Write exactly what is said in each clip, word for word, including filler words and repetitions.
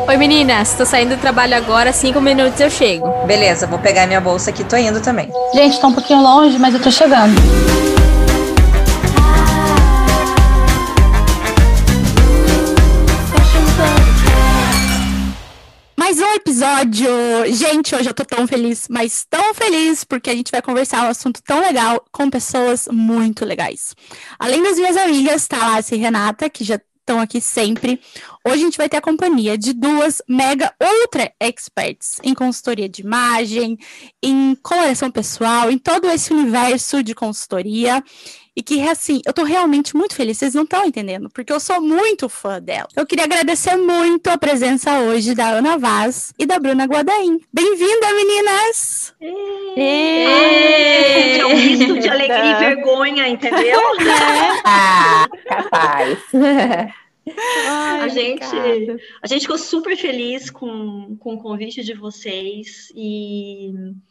Oi meninas, tô saindo do trabalho agora, cinco minutos eu chego. Beleza, vou pegar minha bolsa aqui, tô indo também. Gente, tá um pouquinho longe, mas eu tô chegando. Mais um episódio! Gente, hoje eu tô tão feliz, mas tão feliz, porque a gente vai conversar um assunto tão legal com pessoas muito legais. Além das minhas amigas, Thalassa e Renata, que já estão aqui sempre, hoje a gente vai ter a companhia de duas mega ultra experts em consultoria de imagem, em coloração pessoal, em todo esse universo de consultoria. E que, assim, eu tô realmente muito feliz, vocês não estão entendendo, porque eu sou muito fã dela. Eu queria agradecer muito a presença hoje da Ana Vaz e da Bruna Guadaim. Bem-vinda, meninas! É um misto de alegria e vergonha, entendeu? Ah, capaz. Ai, a, gente, a gente ficou super feliz com, com o convite de vocês e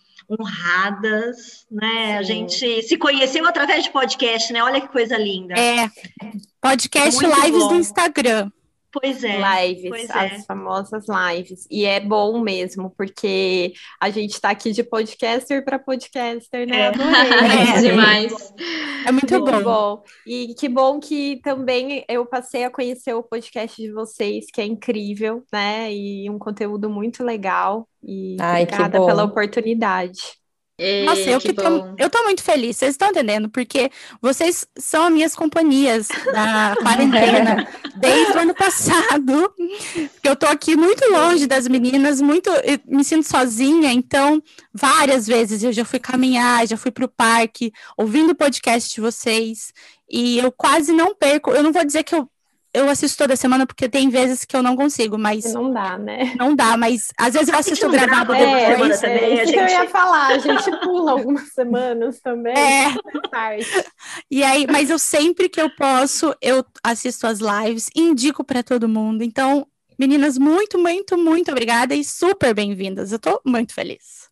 honradas, né? Sim. A gente se conheceu através de podcast, né? Olha que coisa linda. É, podcast muito lives bom. Do Instagram. Pois é. Lives, pois as é. famosas lives. E é bom mesmo, porque a gente tá aqui de podcaster para podcaster, né? É, é, é demais. É muito, muito bom. bom. E que bom que também eu passei a conhecer o podcast de vocês, que é incrível, né? E um conteúdo muito legal. E Ai, obrigada pela oportunidade. Ei, Nossa, eu que, que tô, eu tô muito feliz, vocês estão entendendo? Porque vocês são as minhas companhias da quarentena desde o ano passado. Eu tô aqui muito longe das meninas, muito, me sinto sozinha, então várias vezes eu já fui caminhar, já fui pro parque, ouvindo o podcast de vocês, e eu quase não perco, eu não vou dizer que eu Eu assisto toda semana, porque tem vezes que eu não consigo, mas... Não dá, né? Não dá, mas às vezes eu assisto gravado depois. É, depois também, é, a isso gente... que eu ia falar, a gente pula algumas semanas também. É. Parte. E aí, mas eu sempre que eu posso, eu assisto as lives, indico para todo mundo. Então, meninas, muito, muito, muito obrigada e super bem-vindas. Eu tô muito feliz.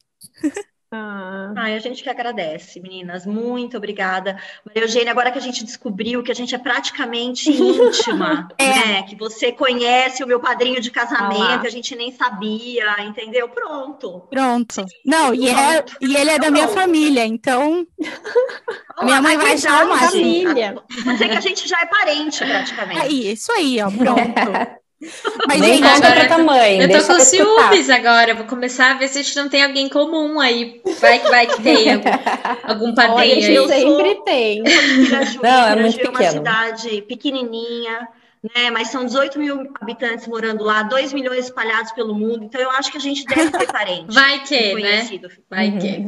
Ah. Ai, a gente que agradece, meninas, muito obrigada. Maria Eugênia, agora que a gente descobriu que a gente é praticamente íntima, é. né? Que você conhece o meu padrinho de casamento, ah, a gente nem sabia, entendeu? Pronto. Pronto. Não, e, é, e ele é da minha família, então Olá, minha mãe vai achar uma família. Quer dizer que a gente já é parente, praticamente. Aí, isso aí, ó, pronto. Mas nem conta pra tua mãe. Eu tô com ciúmes agora. Vou começar a ver se a gente não tem alguém comum aí. Vai que vai que tem algum, algum padrinho Olha, aí. Eu sempre sou, tem. Pirajuí, não, é muito Pirajuí é uma pequeno. cidade pequenininha, né? Mas são dezoito mil habitantes morando lá, dois milhões espalhados pelo mundo. Então eu acho que a gente deve ter parente. Vai que, né? Vai uhum. que.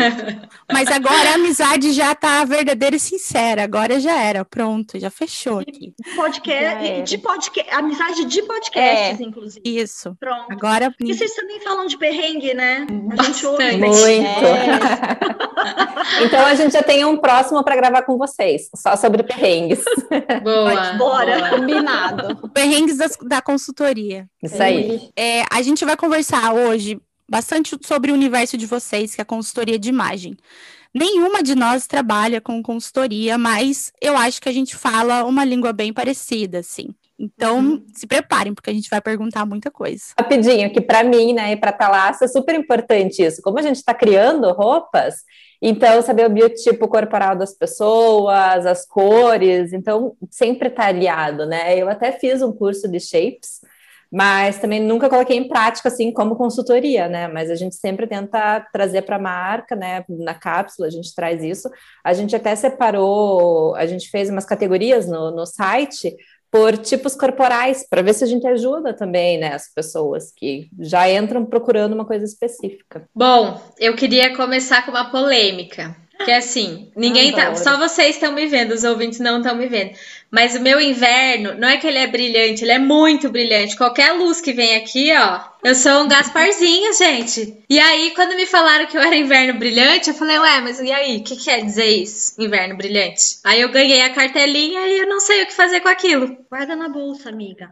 Mas agora a amizade já tá verdadeira e sincera. Agora já era, pronto, já fechou aqui. Podcast, de podcast, amizade de podcasts, é, inclusive. Isso. Pronto. Agora. E vocês também falam de perrengue, né? A gente ouve. Muito. É. Então a gente já tem um próximo para gravar com vocês, só sobre perrengues. Boa. Bora. Boa. Combinado. Perrengues das, da consultoria. Isso aí. É, a gente vai conversar hoje bastante sobre o universo de vocês, que é a consultoria de imagem. Nenhuma de nós trabalha com consultoria, mas eu acho que a gente fala uma língua bem parecida, assim. Então, uhum. se preparem, porque a gente vai perguntar muita coisa. Rapidinho, que para mim, né, e para Thalassa é super importante isso. Como a gente está criando roupas, então saber o biotipo corporal das pessoas, as cores, então sempre está aliado, né? Eu até fiz um curso de shapes, mas também nunca coloquei em prática assim como consultoria, né? Mas a gente sempre tenta trazer para a marca, né? Na cápsula a gente traz isso. A gente até separou, a gente fez umas categorias no, no site por tipos corporais, para ver se a gente ajuda também, né, as pessoas que já entram procurando uma coisa específica. Bom, eu queria começar com uma polêmica. Que é assim, ninguém tá, só vocês estão me vendo, os ouvintes não estão me vendo. Mas o meu inverno, não é que ele é brilhante, ele é muito brilhante. Qualquer luz que vem aqui, ó, eu sou um Gasparzinho, gente. E aí, quando me falaram que eu era inverno brilhante, eu falei, ué, mas e aí, o que quer dizer isso, inverno brilhante? Aí eu ganhei a cartelinha e eu não sei o que fazer com aquilo. Guarda na bolsa, amiga.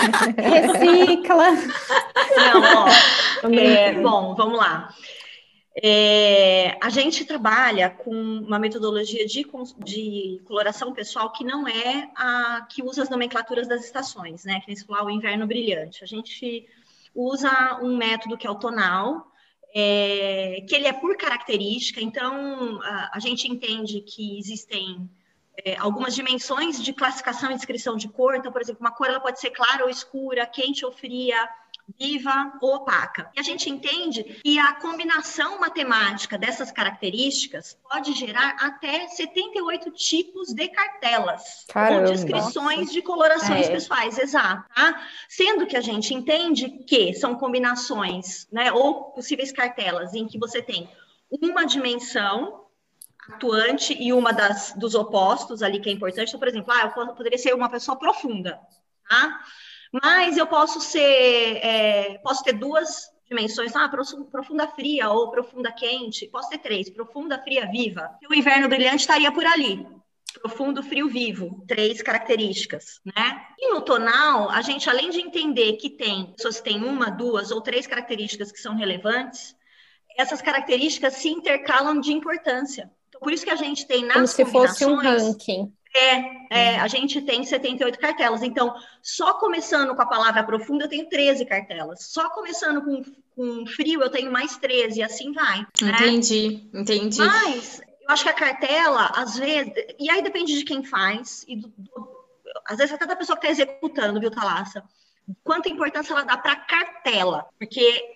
Recicla. Não, ó, é, bom, vamos lá. É, a gente trabalha com uma metodologia de, de coloração pessoal que não é a que usa as nomenclaturas das estações, né? Que nem se falar o inverno brilhante. A gente usa um método que é o tonal, é, que ele é por característica, então a, a gente entende que existem é, algumas dimensões de classificação e descrição de cor. Então, por exemplo, uma cor ela pode ser clara ou escura, quente ou fria, viva ou opaca. E a gente entende que a combinação matemática dessas características pode gerar até setenta e oito tipos de cartelas. Caramba, ou descrições nossa. de colorações é. pessoais, exato. Tá? Sendo que a gente entende que são combinações, né, ou possíveis cartelas em que você tem uma dimensão atuante e uma das, dos opostos ali que é importante. Então, por exemplo, ah, eu poderia ser uma pessoa profunda, tá? Mas eu posso ser, é, posso ter duas dimensões, ah, profunda fria ou profunda quente, posso ter três, profunda, fria, viva. E o inverno brilhante estaria por ali, profundo, frio, vivo, três características, né? E no tonal, a gente, além de entender que tem pessoas que têm uma, duas ou três características que são relevantes, essas características se intercalam de importância. Então, por isso que a gente tem nas Como se fosse um ranking. É, é, a gente tem setenta e oito cartelas. Então, só começando com a palavra profunda, eu tenho treze cartelas. Só começando com, com frio, eu tenho mais treze, e assim vai. Né? Entendi, entendi. Mas, eu acho que a cartela, às vezes... E aí depende de quem faz. E do, do, às vezes até da pessoa que está executando, viu, Thalassa? Quanta importância ela dá para a cartela. Porque...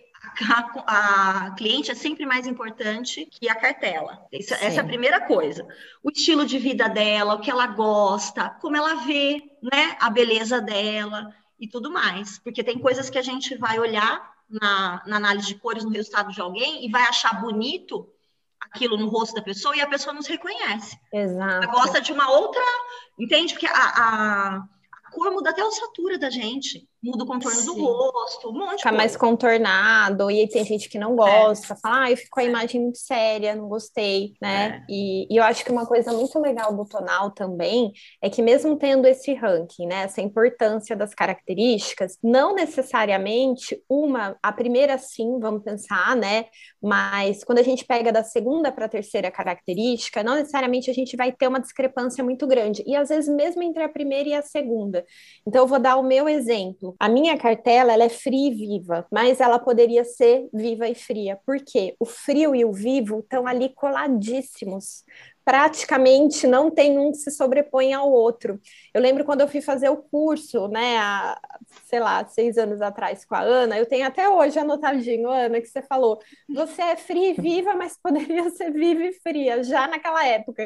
A, a cliente é sempre mais importante que a cartela. Essa, essa é a primeira coisa. O estilo de vida dela, o que ela gosta, como ela vê, né, a beleza dela e tudo mais. Porque tem coisas que a gente vai olhar na, na análise de cores, no resultado de alguém, e vai achar bonito aquilo no rosto da pessoa e a pessoa não se reconhece. Exato. Ela gosta de uma outra... Entende? Porque a... a A cor muda até a ossatura da gente, muda o contorno Sim. do rosto, um monte de Fica coisa. mais contornado, e aí tem gente que não gosta, é. fala, ah, eu fico com a imagem muito séria, não gostei, né? É. E, e eu acho que uma coisa muito legal do tonal também é que mesmo tendo esse ranking, né, essa importância das características, não necessariamente uma, a primeira sim, vamos pensar, né? Mas quando a gente pega da segunda para a terceira característica, não necessariamente a gente vai ter uma discrepância muito grande, e às vezes mesmo entre a primeira e a segunda. Então, eu vou dar o meu exemplo. A minha cartela, ela é fria e viva, mas ela poderia ser viva e fria. Por quê? O frio e o vivo estão ali coladíssimos. Praticamente não tem um que se sobrepõe ao outro. Eu lembro quando eu fui fazer o curso, né, há, sei lá, seis anos atrás com a Ana, eu tenho até hoje anotadinho, Ana, que você falou, você é fria e viva, mas poderia ser viva e fria, já naquela época.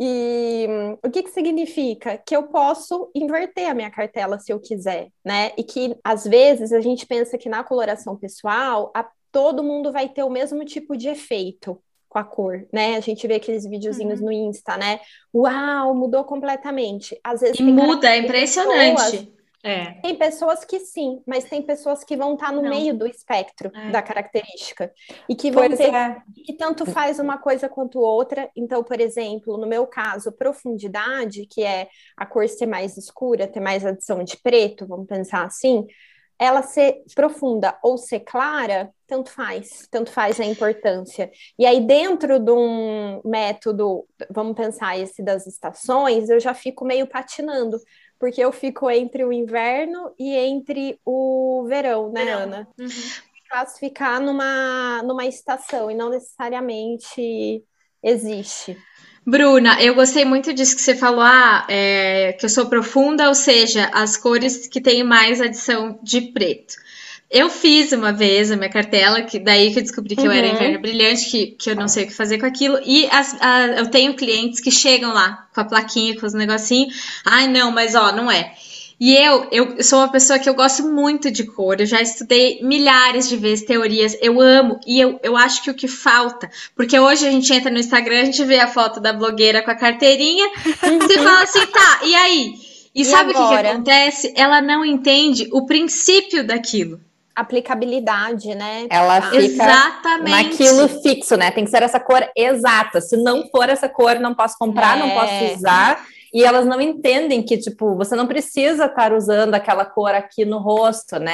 E o que que significa? Que eu posso inverter a minha cartela se eu quiser, né? E que, às vezes, a gente pensa que na coloração pessoal, a, todo mundo vai ter o mesmo tipo de efeito com a cor, né? A gente vê aqueles videozinhos uhum. no Insta, né? Uau, mudou completamente. Às vezes e tem muda, é impressionante. Pessoas, é. Tem pessoas que sim, mas tem pessoas que vão estar no Não. meio do espectro é. da característica. E que vão pois ter... É. que tanto faz uma coisa quanto outra. Então, por exemplo, no meu caso, profundidade, que é a cor ser mais escura, ter mais adição de preto, vamos pensar assim, ela ser profunda ou ser clara, tanto faz, tanto faz a importância. E aí, dentro de um método, vamos pensar esse das estações, eu já fico meio patinando, porque eu fico entre o inverno e entre o verão, né, verão. Ana? Uhum. Classificar numa, numa estação, e não necessariamente existe. Bruna, eu gostei muito disso que você falou, ah, é, que eu sou profunda, ou seja, as cores que têm mais adição de preto. Eu fiz uma vez a minha cartela, que daí que eu descobri que uhum. eu era inverno brilhante, que, que eu não sei o que fazer com aquilo, e as, a, eu tenho clientes que chegam lá com a plaquinha, com os negocinhos, ai não, mas ó, não é. E eu, eu sou uma pessoa que eu gosto muito de cor, eu já estudei milhares de vezes teorias, eu amo, e eu, eu acho que o que falta, porque hoje a gente entra no Instagram, a gente vê a foto da blogueira com a carteirinha, você fala assim, tá, e aí? E, e sabe agora? O que, que acontece? Ela não entende o princípio daquilo. Aplicabilidade, né? Ela fica Exatamente. naquilo fixo, né? Tem que ser essa cor exata, se não for essa cor, não posso comprar, é. não posso usar. E elas não entendem que, tipo, você não precisa estar usando aquela cor aqui no rosto, né?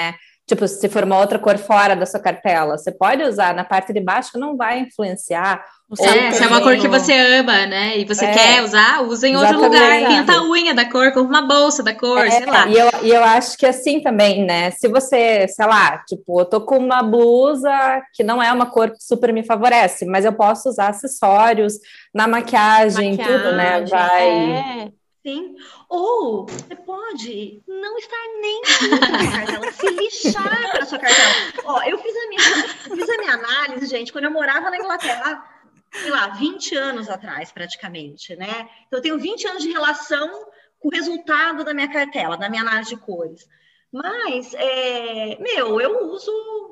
Tipo, se for uma outra cor fora da sua cartela, você pode usar na parte de baixo, que não vai influenciar. É, se é uma cor que você ama, né? E você é, quer usar, usa em outro lugar. Pinta a unha da cor, com uma bolsa da cor, é, sei lá. E eu, e eu acho que assim também, né? Se você, sei lá, tipo, eu tô com uma blusa que não é uma cor que super me favorece, mas eu posso usar acessórios na maquiagem, maquiagem tudo, né? Vai... É. Sim. Ou você pode não estar nem na cartela, se lixar para sua cartela. Ó, eu fiz a minha, eu fiz a minha análise, gente, quando eu morava na Inglaterra, sei lá, vinte anos atrás, praticamente, né? Então, eu tenho vinte anos de relação com o resultado da minha cartela, da minha análise de cores. Mas, é, meu, eu uso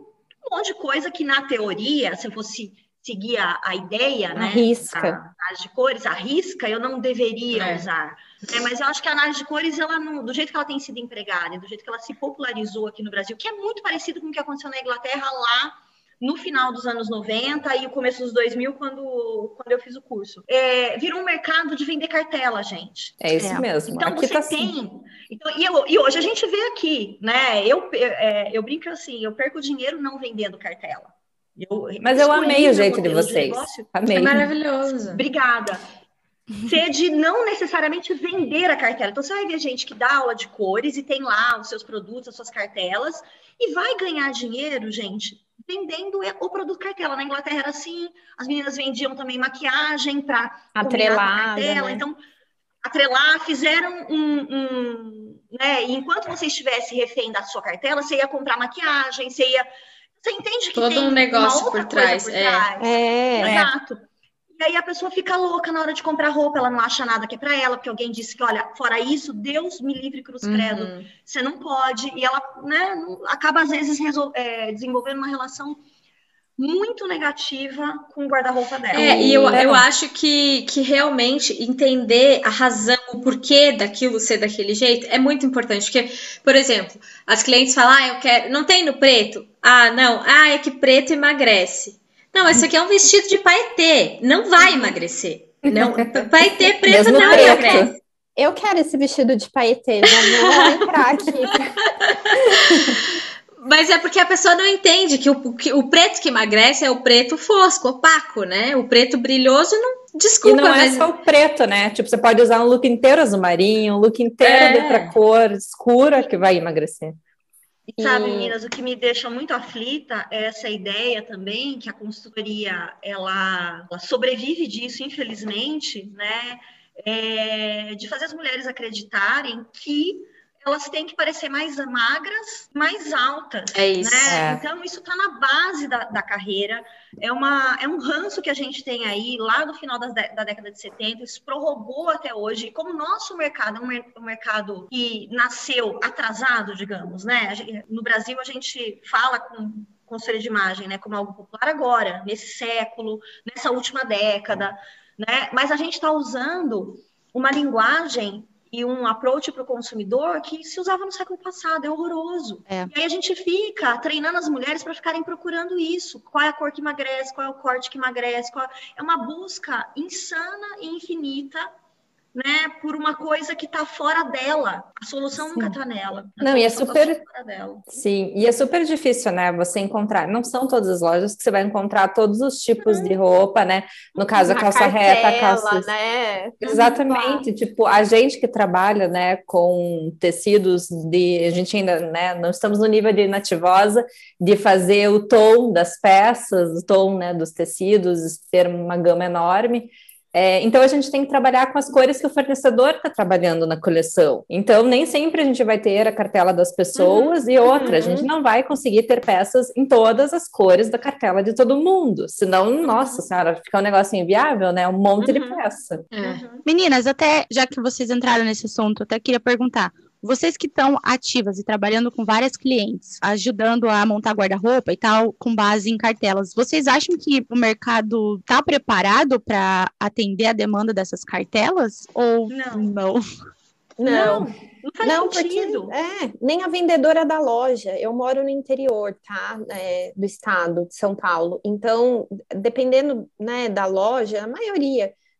um monte de coisa que, na teoria, se eu fosse seguir a, a ideia, né? Arrisca. A análise de cores, arrisca, eu não deveria é. usar. É, mas eu acho que a análise de cores, ela não, do jeito que ela tem sido empregada, do jeito que ela se popularizou aqui no Brasil, que é muito parecido com o que aconteceu na Inglaterra lá no final dos anos noventa e o começo dos dois mil, quando, quando eu fiz o curso. É, virou um mercado de vender cartela, gente. É isso é. mesmo. Então, aqui você tá tem... Assim. Então, e, eu, e hoje a gente vê aqui, né? Eu, é, eu brinco assim, eu perco dinheiro não vendendo cartela. Eu, Mas eu amei o jeito de vocês. De amei. É maravilhoso. Obrigada. Ser de não necessariamente vender a cartela. Então, você vai ver gente que dá aula de cores e tem lá os seus produtos, as suas cartelas, e vai ganhar dinheiro, gente, vendendo o produto cartela. Na Inglaterra era assim, as meninas vendiam também maquiagem para atrelar, cartela. né? Então, atrelar, fizeram um... um né? E enquanto você estivesse refém da sua cartela, você ia comprar maquiagem, você ia... Você entende que todo tem um negócio uma outra por trás. Por trás. É. É. Exato. E aí a pessoa fica louca na hora de comprar roupa, ela não acha nada que é para ela, porque alguém disse que, olha, fora isso, Deus me livre cruz credo, uhum. você não pode. E ela, né, acaba às vezes resol- é, desenvolvendo uma relação muito negativa com o guarda-roupa dela. É, e eu, eu acho que, que realmente entender a razão, o porquê daquilo ser daquele jeito é muito importante. Porque, por exemplo, as clientes falam, ah, eu quero. Não tem no preto? Ah, não. Ah, é que preto emagrece. Não, isso aqui é um vestido de paetê. Não vai emagrecer. Não, paetê preto Mesmo não preto. emagrece. Eu quero esse vestido de paetê, já vou entrar aqui. Mas é porque a pessoa não entende que o, que o preto que emagrece é o preto fosco, opaco, né? O preto brilhoso não... Desculpa, e não mas... é só o preto, né? Tipo, você pode usar um look inteiro azul marinho, um look inteiro É. de outra cor escura que vai emagrecer. E sabe, meninas, o que me deixa muito aflita é essa ideia também que a consultoria, ela, ela sobrevive disso, infelizmente, né? É, de fazer as mulheres acreditarem que elas têm que parecer mais magras, mais altas. É isso. Né? É. Então, isso está na base da, da carreira. É, uma, é um ranço que a gente tem aí, lá no final das, da década de setenta, isso prorrogou até hoje. E como o nosso mercado é um, mer- um mercado que nasceu atrasado, digamos, né? A gente, no Brasil, a gente fala com consultoria de imagem, né, como algo popular agora, nesse século, nessa última década, né? Mas a gente está usando uma linguagem e um approach para o consumidor que se usava no século passado, é horroroso. É. E aí a gente fica treinando as mulheres para ficarem procurando isso. Qual é a cor que emagrece, qual é o corte que emagrece. Qual... É uma busca insana e infinita, né, por uma coisa que está fora dela. A solução Sim. nunca está nela. A não, e é super... Tá fora dela. Sim, e é super difícil, né, você encontrar, não são todas as lojas que você vai encontrar todos os tipos uhum. de roupa, né, no caso a calça cartela, reta, a calça... né? Exatamente, uhum. tipo, a gente que trabalha, né, com tecidos de, a gente ainda, né, não estamos no nível de nativosa, de fazer o tom das peças, o tom, né, dos tecidos, ter uma gama enorme. É, então, a gente tem que trabalhar com as cores que o fornecedor está trabalhando na coleção. Então, nem sempre a gente vai ter a cartela das pessoas uhum, e outra, uhum. a gente não vai conseguir ter peças em todas as cores da cartela de todo mundo. Senão, uhum. nossa senhora, fica um negócio inviável, né? Um monte uhum. de peça. Uhum. Meninas, até já que vocês entraram nesse assunto, até queria perguntar. Vocês que estão ativas e trabalhando com várias clientes, ajudando a montar guarda-roupa e tal, com base em cartelas, vocês acham que o mercado está preparado para atender a demanda dessas cartelas? Ou não? Não. Não, não faz não, sentido. Porque, é, nem a vendedora da loja. Eu moro no interior, tá? É, do estado de São Paulo. Então, dependendo, né, da loja, a maioria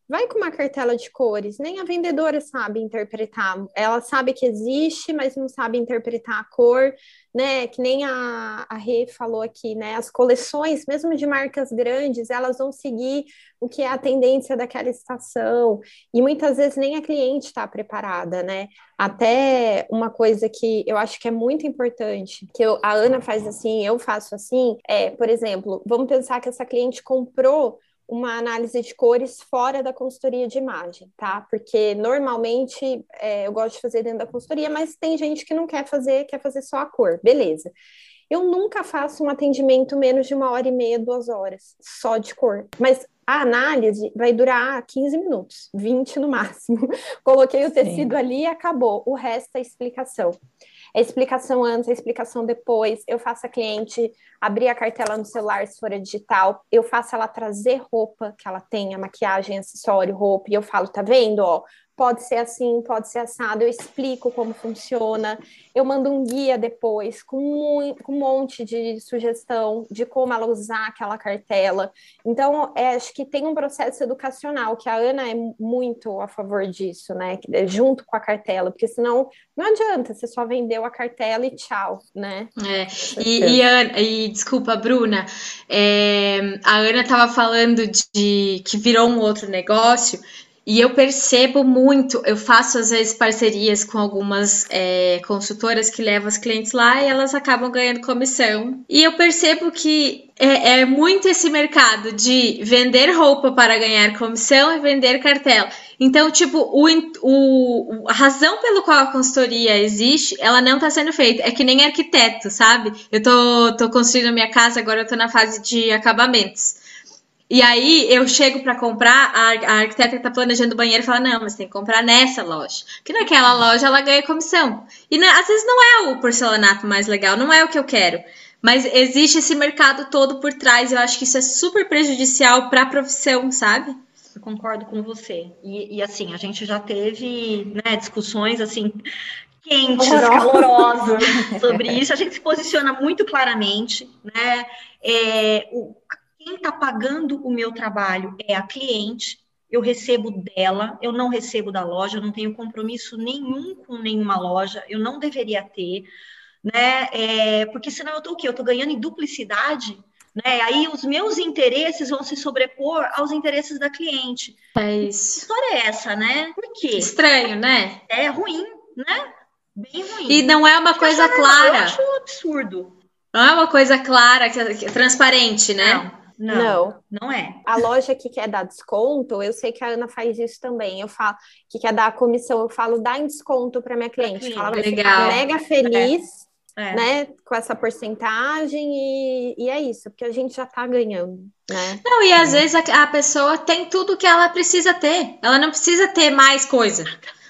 vai com uma cartela de cores. Nem a vendedora sabe interpretar. Ela sabe que existe, mas não sabe interpretar a cor, né? Que nem a, a Rê falou aqui, né? As coleções, mesmo de marcas grandes, elas vão seguir o que é a tendência daquela estação. E muitas vezes nem a cliente está preparada, né? Até uma coisa que eu acho que é muito importante, que eu, a Ana faz assim, eu faço assim, é, por exemplo, vamos pensar que essa cliente comprou uma análise de cores fora da consultoria de imagem, tá? Porque normalmente é, eu gosto de fazer dentro da consultoria, mas tem gente que não quer fazer, quer fazer só a cor, beleza. Eu nunca faço um atendimento menos de uma hora e meia, duas horas, só de cor. Mas a análise vai durar quinze minutos, vinte no máximo. Coloquei o tecido Sim. ali e acabou. O resto é explicação. A explicação antes, a explicação depois. Eu faço a cliente abrir a cartela no celular se for digital. Eu faço ela trazer roupa que ela tenha, maquiagem, acessório, roupa. E eu falo, tá vendo? Ó, pode ser assim, pode ser assado. Eu explico como funciona. Eu mando um guia depois com, muito, com um monte de sugestão de como ela usar aquela cartela. Então, é, acho que tem um processo educacional, que a Ana é muito a favor disso, né? Junto com a cartela, porque senão não adianta, você só vendeu a cartela e tchau, né? É, e, e, Ana, e desculpa, Bruna, é, a Ana estava falando de que virou um outro negócio. E eu percebo muito, eu faço às vezes parcerias com algumas é, consultoras que levam as clientes lá e elas acabam ganhando comissão. E eu percebo que é, é muito esse mercado de vender roupa para ganhar comissão e vender cartela. Então, tipo, o, o, a razão pelo qual a consultoria existe, ela não está sendo feita. É que nem arquiteto, sabe? Eu tô, tô construindo a minha casa, agora eu tô na fase de acabamentos. E aí eu chego para comprar, a, a arquiteta que tá planejando o banheiro fala, não, mas tem que comprar nessa loja. Porque naquela loja ela ganha comissão. E né, às vezes não é o porcelanato mais legal, não é o que eu quero. Mas existe esse mercado todo por trás. Eu acho que isso é super prejudicial para a profissão, sabe? Eu concordo com você. E, e assim, a gente já teve, né, discussões assim quentes, calorosas sobre isso. A gente se posiciona muito claramente, né? É, o Quem está pagando o meu trabalho é a cliente, eu recebo dela, eu não recebo da loja, eu não tenho compromisso nenhum com nenhuma loja, eu não deveria ter, né? É, porque senão eu estou o quê? Eu estou ganhando em duplicidade, né? Aí os meus interesses vão se sobrepor aos interesses da cliente. É isso. Que história é essa, né? Por quê? Estranho, né? É ruim, né? Bem ruim. E não é uma eu coisa clara. Eu acho um absurdo. Não é uma coisa clara, que é, que é transparente, né? Não. Não, não, não é. A loja que quer dar desconto, eu sei que a Ana faz isso também. Eu falo que quer dar a comissão, eu falo, dá em desconto para minha cliente. Ela vai ficar mega feliz, é. né, com essa porcentagem e, e é isso, porque a gente já tá ganhando, né? Não, e às é. vezes a, a pessoa tem tudo que ela precisa ter. Ela não precisa ter mais coisa.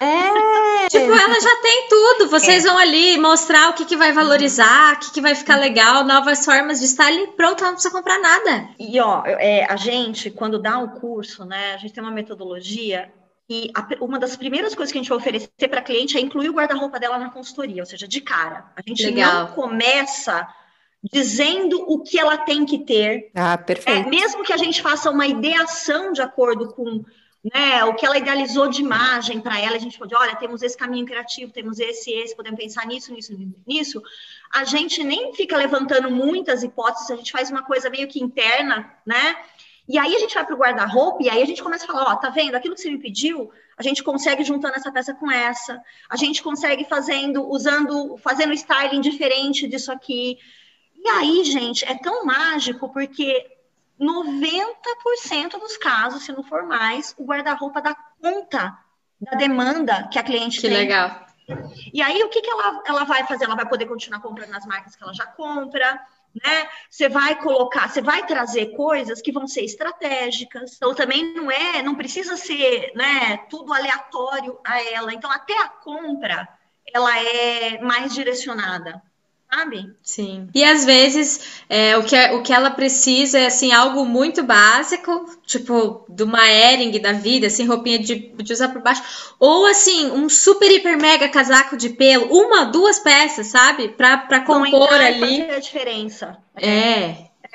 É. Tipo, ela já tem tudo. Vocês é. vão ali mostrar o que, que vai valorizar, o que, que vai ficar legal, novas formas de estar ali. Pronto, ela não precisa comprar nada. E, ó, é, a gente, quando dá o curso, né, a gente tem uma metodologia e a, uma das primeiras coisas que a gente vai oferecer para a cliente é incluir o guarda-roupa dela na consultoria, ou seja, de cara. A gente legal. não começa dizendo o que ela tem que ter. Ah, perfeito. É, mesmo que a gente faça uma ideação de acordo com... né, o que ela idealizou de imagem para ela, a gente pode, olha, temos esse caminho criativo, temos esse, esse, podemos pensar nisso, nisso, nisso. A gente nem fica levantando muitas hipóteses, a gente faz uma coisa meio que interna, né? E aí a gente vai para o guarda-roupa e aí a gente começa a falar, ó, tá vendo? Aquilo que você me pediu, a gente consegue juntando essa peça com essa, a gente consegue fazendo, usando, fazendo styling diferente disso aqui. E aí, gente, é tão mágico porque noventa por cento dos casos, se não for mais, o guarda-roupa dá conta da demanda que a cliente que tem. Que legal. E aí, o que, que ela, ela vai fazer? Ela vai poder continuar comprando nas marcas que ela já compra, né? Você vai colocar, você vai trazer coisas que vão ser estratégicas. Então, também não é, não precisa ser, né, tudo aleatório a ela. Então, até a compra, ela é mais direcionada. Sabe? Sim. E às vezes é, o, que, o que ela precisa é assim, algo muito básico, tipo de uma Hering da vida, assim, roupinha de, de usar por baixo, ou assim, um super hiper mega casaco de pelo, uma, duas peças, sabe? Pra, pra compor ali. Fazer a diferença. É.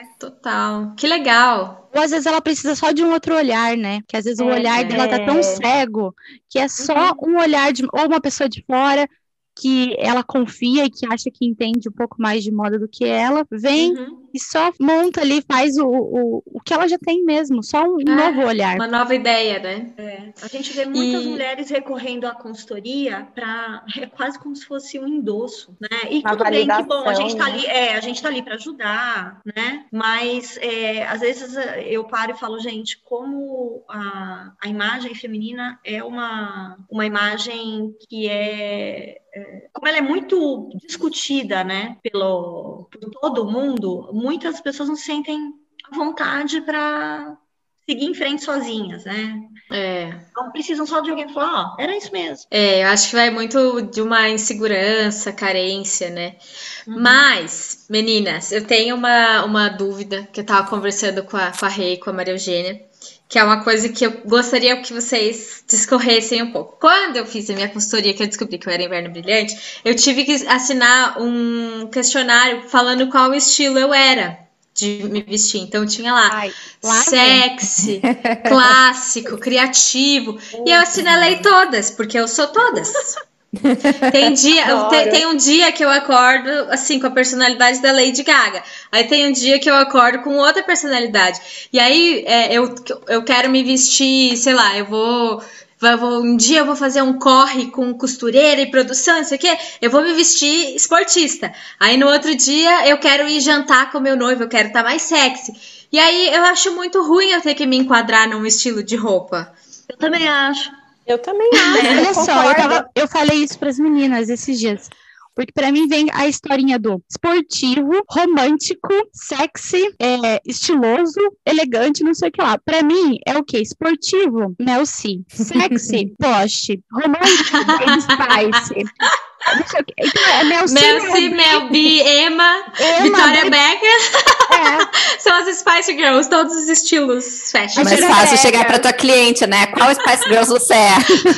Total. Que legal. Ou às vezes ela precisa só de um outro olhar, né? Que às vezes é, o olhar dela tá tão cego que é só uhum. um olhar de ou uma pessoa de fora que ela confia e que acha que entende um pouco mais de moda do que ela, vem uhum. e só monta ali, faz o, o, o que ela já tem mesmo, só um é, novo olhar. Uma nova ideia, né? É. A gente vê muitas e... mulheres recorrendo à consultoria para é quase como se fosse um endosso, né? E uma tudo bem que, bom, a gente tá ali, é, a gente tá ali para ajudar, né? Mas é, às vezes eu paro e falo, gente, como a, a imagem feminina é uma, uma imagem que é como ela é muito discutida, né, pelo, por todo mundo, muitas pessoas não sentem a vontade para seguir em frente sozinhas, né? É. Então precisam só de alguém falar, ó, oh, era isso mesmo. É, eu acho que vai muito de uma insegurança, carência, né? Uhum. Mas, meninas, eu tenho uma, uma dúvida que eu tava conversando com a, com a Rê e com a Maria Eugênia, que é uma coisa que eu gostaria que vocês discorressem um pouco. Quando eu fiz a minha consultoria, que eu descobri que eu era Inverno Brilhante, eu tive que assinar um questionário falando qual estilo eu era de me vestir. Então tinha lá, Ai, sexy, clássico, criativo. E eu assinalei todas, porque eu sou todas. Tem, dia, eu te, tem um dia que eu acordo assim com a personalidade da Lady Gaga. Aí tem um dia que eu acordo com outra personalidade. E aí é, eu, eu quero me vestir, sei lá, eu vou, vou um dia eu vou fazer um corre com costureira e produção, não sei o quê. Eu vou me vestir esportista. Aí no outro dia eu quero ir jantar com meu noivo, eu quero estar mais sexy. E aí eu acho muito ruim eu ter que me enquadrar num estilo de roupa. Eu também acho. Eu também acho. Olha eu só, eu, tava, eu falei isso para as meninas esses dias. Porque para mim vem a historinha do esportivo, romântico, sexy, é, estiloso, elegante, não sei o que lá. Para mim é o quê? Esportivo, Mel C. Sexy, Porsche. Romântico, Baby Spice. Então, é Mel C, Mel C, Mel B, Emma, Emma Victoria Beckham. É. São as Spice Girls, todos os estilos fashion. É mais fácil chegar para tua cliente, né? Qual Spice Girls você é?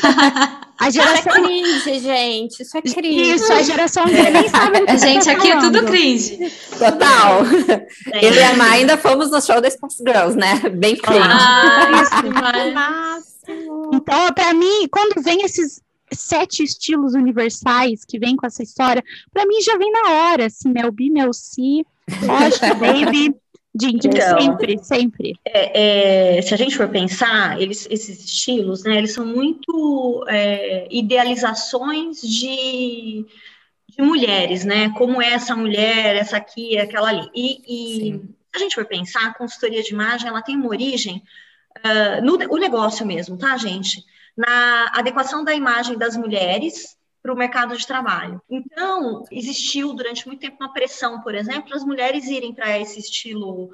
A geração é cringe, gente. Isso é cringe. Isso, a geração Z nem sabe o que a gente aqui é tudo cringe. Total. É. Eu e a Má ainda fomos no show da Spice Girls, né? Bem cringe. Ah, isso, máximo. Então, para mim, quando vem esses sete estilos universais que vem com essa história, para mim já vem na hora, assim, Mel B, Mel C, Porsche, Baby, Ginger, então, sempre, sempre. É, é, se a gente for pensar, eles, esses estilos, né, eles são muito é, idealizações de, de mulheres, né, como essa mulher, essa aqui, aquela ali. E, e se a gente for pensar, a consultoria de imagem, ela tem uma origem uh, no o negócio mesmo, tá, gente? Na adequação da imagem das mulheres para o mercado de trabalho. Então, existiu durante muito tempo uma pressão, por exemplo, as mulheres irem para esse estilo,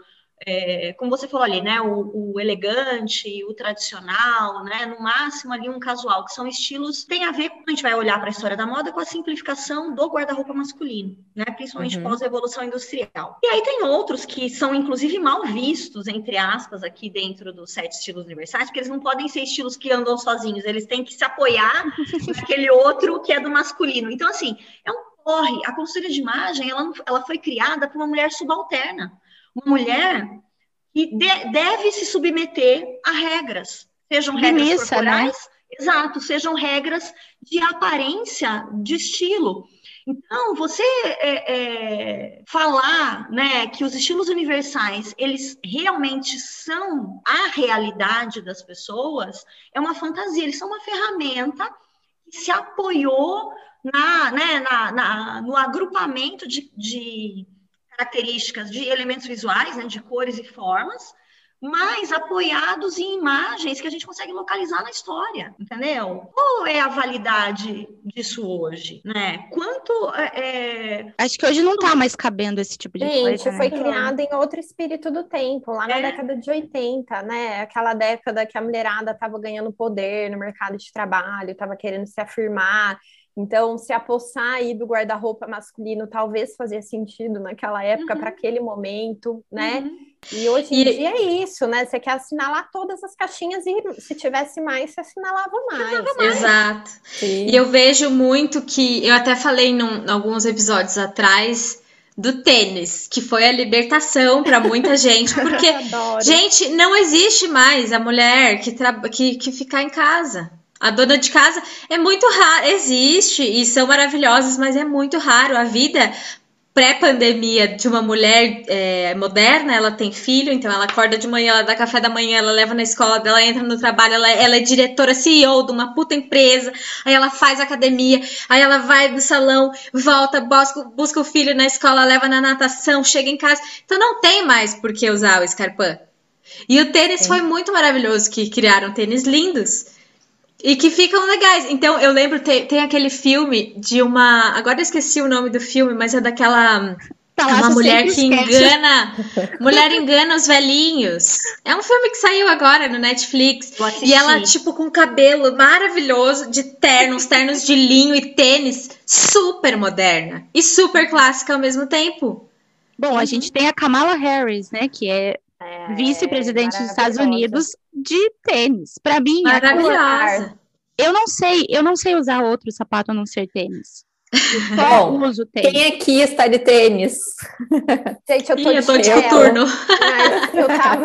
é, como você falou ali, né, o, o elegante, o tradicional, né, no máximo ali um casual, que são estilos que tem a ver, quando a gente vai olhar para a história da moda, com a simplificação do guarda-roupa masculino, né, principalmente uhum. pós-revolução industrial. E aí tem outros que são, inclusive, mal vistos, entre aspas, aqui dentro dos sete estilos universais, porque eles não podem ser estilos que andam sozinhos, eles têm que se apoiar naquele outro que é do masculino. Então, assim, é um corre. A consultoria de imagem, ela, ela foi criada por uma mulher subalterna, uma mulher que de, deve se submeter a regras, sejam regras Missa, corporais, né? Exato, sejam regras de aparência, de estilo. Então, você é, é, falar, né, que os estilos universais, eles realmente são a realidade das pessoas, é uma fantasia, eles são uma ferramenta que se apoiou na, né, na, na, no agrupamento de, de características de elementos visuais, né, de cores e formas, mas apoiados em imagens que a gente consegue localizar na história, entendeu? Qual é a validade disso hoje, né? Quanto é... Acho que hoje não está mais cabendo esse tipo de gente, coisa, Gente, foi né? criado em outro espírito do tempo, lá na é. década de oitenta, né? Aquela década que a mulherada estava ganhando poder no mercado de trabalho, estava querendo se afirmar. Então, se apossar aí do guarda-roupa masculino talvez fazia sentido naquela época, uhum. para aquele momento, né? Uhum. E hoje em e... dia é isso, né? Você quer assinalar todas as caixinhas e se tivesse mais, você assinalava mais. mais. Exato. Sim. E eu vejo muito que, eu até falei em alguns episódios atrás do tênis, que foi a libertação para muita gente, porque, gente, não existe mais a mulher que, tra... que, que ficar em casa. A dona de casa é muito raro, existe e são maravilhosas, mas é muito raro. A vida pré-pandemia de uma mulher é, moderna, ela tem filho, então ela acorda de manhã, ela dá café da manhã, ela leva na escola dela, entra no trabalho, ela, ela é diretora C E O de uma puta empresa, aí ela faz academia, aí ela vai no salão, volta, busca, busca o filho na escola, leva na natação, chega em casa. Então não tem mais por que usar o Scarpa. E o tênis Sim. foi muito maravilhoso, que criaram tênis lindos. E que ficam legais. Então, eu lembro, tem, tem aquele filme de uma... Agora eu esqueci o nome do filme, mas é daquela... Tá lá, uma mulher que engana... Mulher engana os velhinhos. É um filme que saiu agora no Netflix. E ela, tipo, com cabelo maravilhoso, de terno, uns ternos de linho e tênis, super moderna. E super clássica ao mesmo tempo. Bom, a gente tem a Kamala Harris, né? Que é... É, vice-presidente dos Estados Unidos de tênis. Para mim, maravilhosa. Eu não sei, eu não sei usar outro sapato a não ser tênis. Eu só Bom, uso tênis. Quem aqui está de tênis? Gente, eu tô, Ih, de, eu tô de chinelo, coturno. Mas eu tava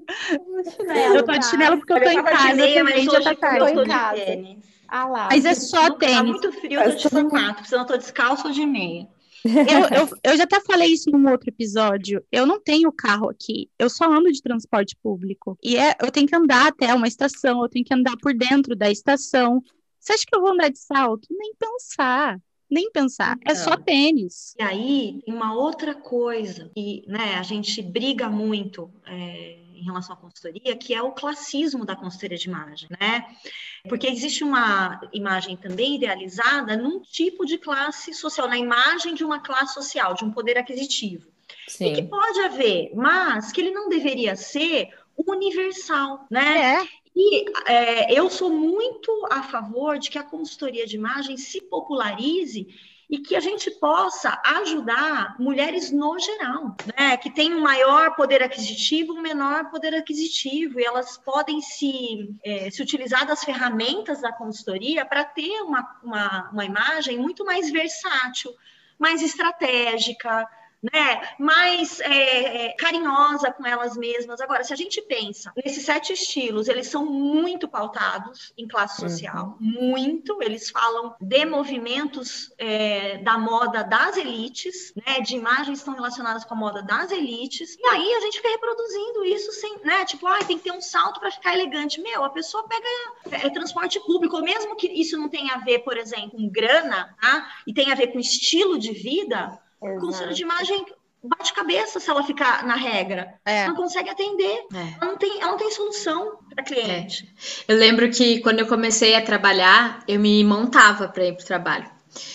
chinelo, eu tô de chinelo porque eu tô em casa. Meia, mas hoje tá tarde. eu tô em de casa. tênis. Ah lá. Mas é só Não, tênis. Tá muito frio, eu tô de sapato, senão eu tô descalço ou de meia. Eu, eu, eu já até falei isso num outro episódio. Eu não tenho carro aqui. Eu só ando de transporte público. E é, eu tenho que andar até uma estação. Eu tenho que andar por dentro da estação. Você acha que eu vou andar de salto? Nem pensar. Nem pensar. Então, é só tênis. E aí, tem uma outra coisa que, né, a gente briga muito é, em relação à consultoria, que é o classismo da consultoria de imagem, né? Porque existe uma imagem também idealizada num tipo de classe social, na imagem de uma classe social, de um poder aquisitivo. Sim. E que pode haver, mas que ele não deveria ser universal, né? É. E é, eu sou muito a favor de que a consultoria de imagem se popularize e que a gente possa ajudar mulheres no geral, né? Que têm um maior poder aquisitivo, um menor poder aquisitivo, e elas podem se, é, se utilizar das ferramentas da consultoria para ter uma, uma, uma imagem muito mais versátil, mais estratégica, né, mais é, carinhosa com elas mesmas. Agora, se a gente pensa nesses sete estilos, eles são muito pautados em classe social, uhum. muito, eles falam de movimentos é, da moda das elites, né, de imagens que estão relacionadas com a moda das elites, e aí a gente fica reproduzindo isso sem, né, tipo, ah, tem que ter um salto para ficar elegante. Meu, a pessoa pega é, transporte público, mesmo que isso não tenha a ver, por exemplo, com grana, tá, e tenha a ver com estilo de vida. Exato. Consultoria de imagem bate cabeça se ela ficar na regra. É. Não consegue atender. É. Ela, não tem, ela não tem solução para cliente. É. Eu lembro que quando eu comecei a trabalhar, eu me montava para ir para o trabalho.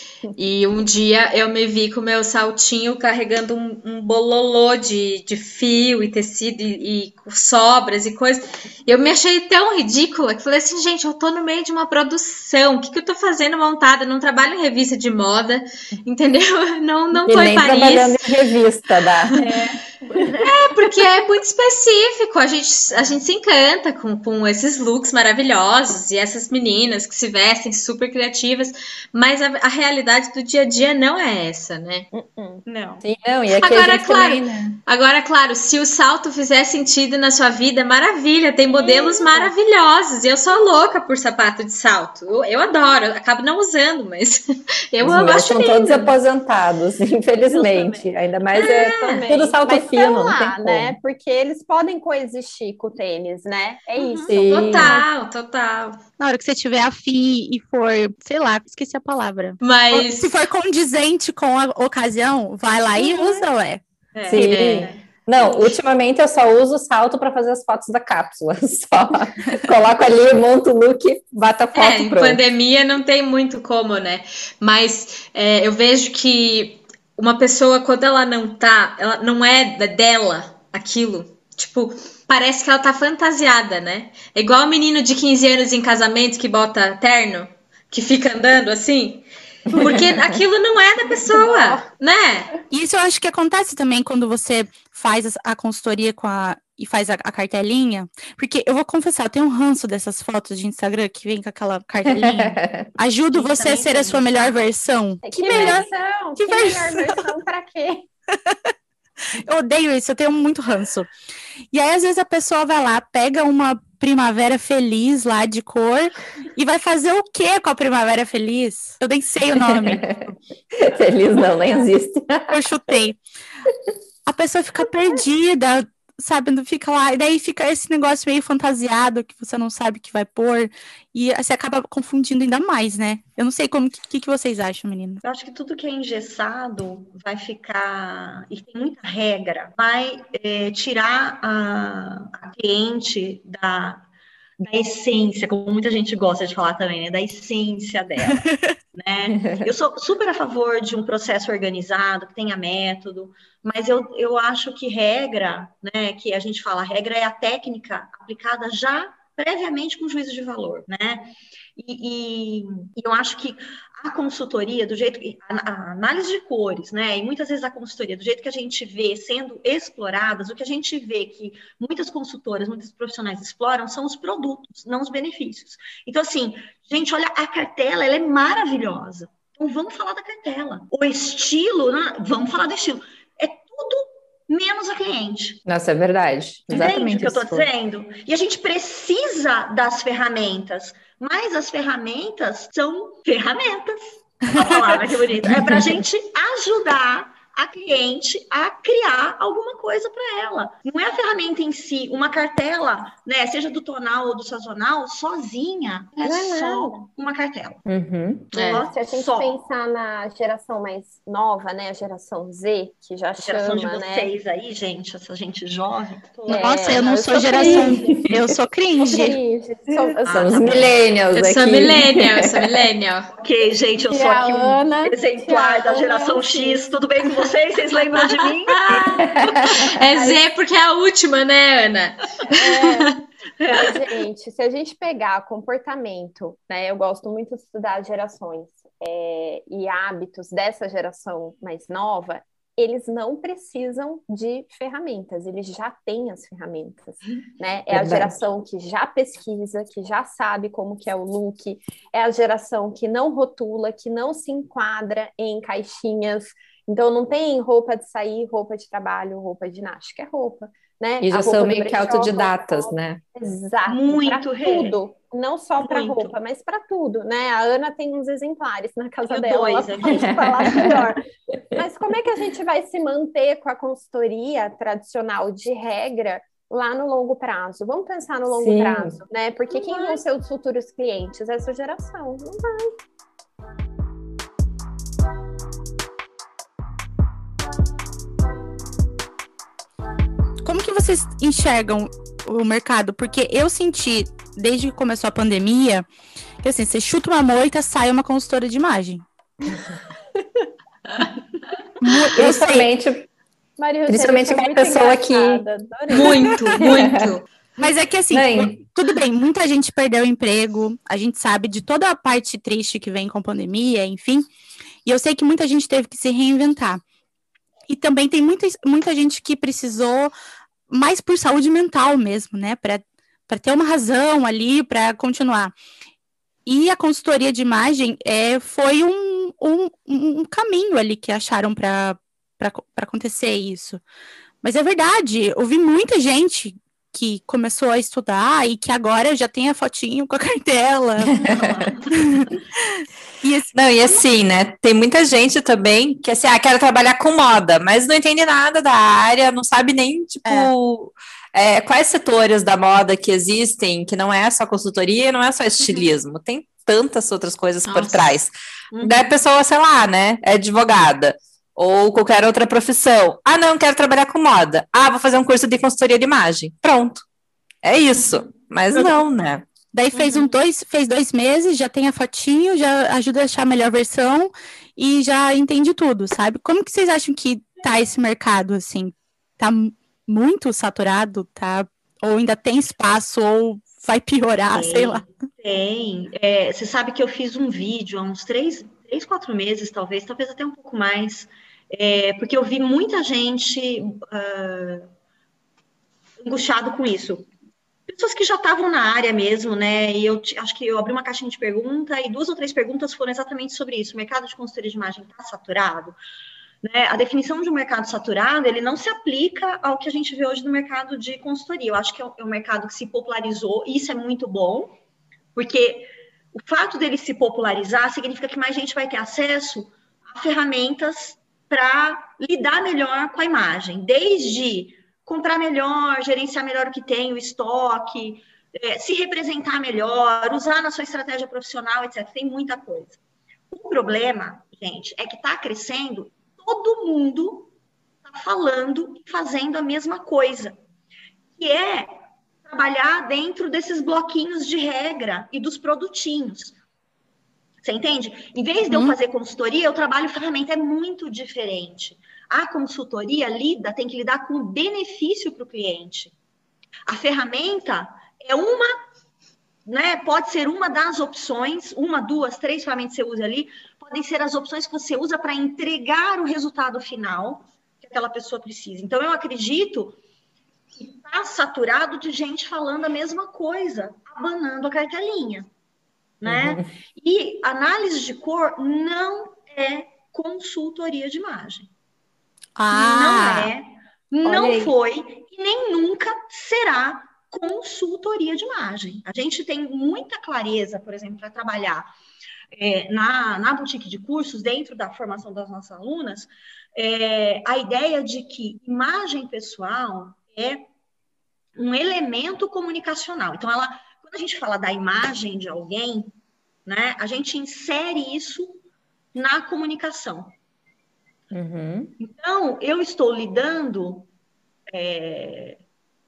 E um dia eu me vi com o meu saltinho carregando um, um bololô de, de fio e tecido e, e sobras e coisas. E eu me achei tão ridícula que falei assim, gente, eu tô no meio de uma produção. O que, que eu tô fazendo montada? Eu não trabalho em revista de moda, entendeu? Não, não tô em Paris. Trabalhando em revista, dá. É. É, porque é muito específico. A gente, a gente se encanta com, com esses looks maravilhosos e essas meninas que se vestem super criativas, mas a, a realidade do dia a dia não é essa, né? Uh-uh. Não. Sim, não. E aqui agora, a gente claro, também, né? agora, claro, se o salto fizer sentido na sua vida, maravilha, tem modelos é. maravilhosos. Eu sou louca por sapato de salto. Eu, eu adoro, eu acabo não usando, mas eu Os amo. Meus são lindo. Todos aposentados, infelizmente. Ainda mais é, é tudo salto mas fino, lá, não tem como. Né? Porque eles podem coexistir com o tênis, né? É isso. Sim. Total, total. Na hora que você tiver afim e for, sei lá, esqueci a palavra. Mas se for condizente com a ocasião, vai lá e uhum. usa, ué. É. Sim. É. Não, ultimamente eu só uso o salto para fazer as fotos da cápsula. Só coloco ali, monto o look, bato a foto. É, em pandemia não tem muito como, né? Mas é, eu vejo que uma pessoa, quando ela não tá, ela não é dela aquilo, tipo, parece que ela tá fantasiada, né? É igual o menino de quinze anos em casamento que bota terno, que fica andando assim. Porque aquilo não é da pessoa, né? Isso eu acho que acontece também quando você faz a consultoria com a, e faz a, a cartelinha. Porque eu vou confessar, eu tenho um ranço dessas fotos de Instagram que vem com aquela cartelinha. Ajudo você a ser a sua melhor versão. Que, que melhor versão? Que, que versão? melhor versão pra quê? Eu odeio isso, eu tenho muito ranço. E aí, às vezes, a pessoa vai lá, pega uma primavera feliz lá de cor e vai fazer o quê com a primavera feliz? Eu nem sei o nome. Feliz não, nem existe. Eu chutei. A pessoa fica perdida, sabe? Não fica lá. E daí fica esse negócio meio fantasiado que você não sabe o que vai pôr. E você acaba confundindo ainda mais, né? Eu não sei como que, que vocês acham, meninas. Eu acho que tudo que é engessado vai ficar, e tem muita regra, vai é, tirar a, a cliente da, da essência, como muita gente gosta de falar também, né? Da essência dela, né? Eu sou super a favor de um processo organizado, que tenha método, mas eu, eu acho que regra, né? Que a gente fala, regra é a técnica aplicada já previamente com juízo de valor, né? E, e, e eu acho que a consultoria, do jeito que a, a análise de cores, né? E muitas vezes a consultoria, do jeito que a gente vê sendo exploradas, o que a gente vê que muitas consultoras, muitos profissionais exploram são os produtos, não os benefícios. Então, assim, gente, olha, a cartela, ela é maravilhosa. Então, vamos falar da cartela. O estilo, né? Vamos falar do estilo. É tudo menos a cliente. Nossa, é verdade. Exatamente Entende o que eu estou isso. dizendo? E a gente precisa das ferramentas, mas as ferramentas são ferramentas. Uma palavra que bonita. É para a gente ajudar a cliente a criar alguma coisa para ela. Não é a ferramenta em si, uma cartela, né, seja do tonal ou do sazonal, sozinha, é Não é só nada. uma cartela. Uhum. É. Se a gente Só. pensar na geração mais nova, né, a geração Z, que já A geração chama, de né? vocês aí, gente, essa gente jovem. É, Nossa, eu não eu sou sou geração. cringe. Eu sou cringe. Cringe. Sou- Ah, Somos tá bom. millennials Eu aqui. sou millennial, eu sou millennial. Ok, gente, eu Tia sou aqui um Ana, exemplar tia da Ana geração é um X. X. Tudo bem com vocês? Vocês lembram de mim? É Z porque é a última, né, Ana? É, mas, gente, se a gente pegar comportamento, né? Eu gosto muito de estudar gerações é, e hábitos dessa geração mais nova, eles não precisam de ferramentas, eles já têm as ferramentas, né? É a Verdade. geração que já pesquisa, que já sabe como que é o look, é a geração que não rotula, que não se enquadra em caixinhas. Então, não tem roupa de sair, roupa de trabalho, roupa de ginástica, é roupa, né? E já A roupa são do meio que brechó, autodidatas, roupa- né? Exato, Muito, para Rê. tudo, não só para Muito. roupa, mas para tudo, né? A Ana tem uns exemplares na casa Tenho dela, ela dois aqui. pode falar melhor. Mas como é que a gente vai se manter com a consultoria tradicional de regra lá no longo prazo? Vamos pensar no longo Sim. prazo, né? Porque Não quem vai. vão ser os futuros clientes? Essa geração. Não vai. Como que vocês enxergam o mercado? Porque eu senti, desde que começou a pandemia, que assim, você chuta uma moita, sai uma consultora de imagem. Mu- Eu sei, Principalmente, Maria Principalmente Eugênia, foi aquela muito pessoa que- engraçada, adorei. Muito, muito. mas é que assim, Bem. tudo bem, muita gente perdeu o emprego, a gente sabe de toda a parte triste que vem com a pandemia, enfim, e eu sei que muita gente teve que se reinventar. E também tem muita, muita gente que precisou mais por saúde mental mesmo, né, para para ter uma razão ali para continuar. E a consultoria de imagem é, foi um, um, um caminho ali que acharam para acontecer isso. Mas é verdade, eu vi muita gente que começou a estudar e que agora já tem a fotinho com a cartela. E assim, Não, e assim, né? Tem muita gente também que assim, ah, quero trabalhar com moda, mas não entende nada da área, não sabe nem, tipo, é, quais setores da moda que existem, que não é só consultoria, não é só estilismo, tem tantas outras coisas por Nossa. trás. Uhum. Daí a pessoa, sei lá, né? É advogada. Ou qualquer outra profissão. Ah, não, quero trabalhar com moda. Ah, vou fazer um curso de consultoria de imagem. Pronto. É isso. Mas não, né? daí fez um dois, fez dois meses, já tem a fotinho, já ajuda a achar a melhor versão e já entende tudo, sabe? Como que vocês acham que tá esse mercado, assim? Tá m- muito saturado, tá? Ou ainda tem espaço, ou vai piorar, Tem, sei lá. Tem. É, você sabe que eu fiz um vídeo há uns três, três, quatro meses, talvez, talvez até um pouco mais, é, porque eu vi muita gente ah, angustiado com isso. Pessoas que já estavam na área mesmo, né? E eu ti- acho que eu abri uma caixinha de pergunta e duas ou três perguntas foram exatamente sobre isso. O mercado de consultoria de imagem está saturado? né? A definição de um mercado saturado, ele não se aplica ao que a gente vê hoje no mercado de consultoria. Eu acho que é um mercado que se popularizou, e isso é muito bom, porque o fato dele se popularizar significa que mais gente vai ter acesso a ferramentas para lidar melhor com a imagem, desde comprar melhor, gerenciar melhor o que tem, o estoque, é, se representar melhor, usar na sua estratégia profissional, etcétera. Tem muita coisa. O problema, gente, é que está crescendo, todo mundo está falando e fazendo a mesma coisa, que é trabalhar dentro desses bloquinhos de regra e dos produtinhos. Você entende? Em vez de eu fazer consultoria, eu trabalho ferramenta, é muito diferente. A consultoria lida, tem que lidar com o benefício para o cliente. A ferramenta é uma, né, pode ser uma das opções, uma, duas, três ferramentas que você usa ali, podem ser as opções que você usa para entregar o resultado final que aquela pessoa precisa. Então, eu acredito que está saturado de gente falando a mesma coisa, abanando a cartelinha. Né? Uhum. E análise de cor não é consultoria de imagem. Ah, não é, não foi e nem nunca será consultoria de imagem. A gente tem muita clareza, por exemplo, para trabalhar é, na, na boutique de cursos, dentro da formação das nossas alunas, é, a ideia de que imagem pessoal é um elemento comunicacional. Então, ela quando a gente fala da imagem de alguém, né, a gente insere isso na comunicação. Uhum. Então, eu estou lidando é,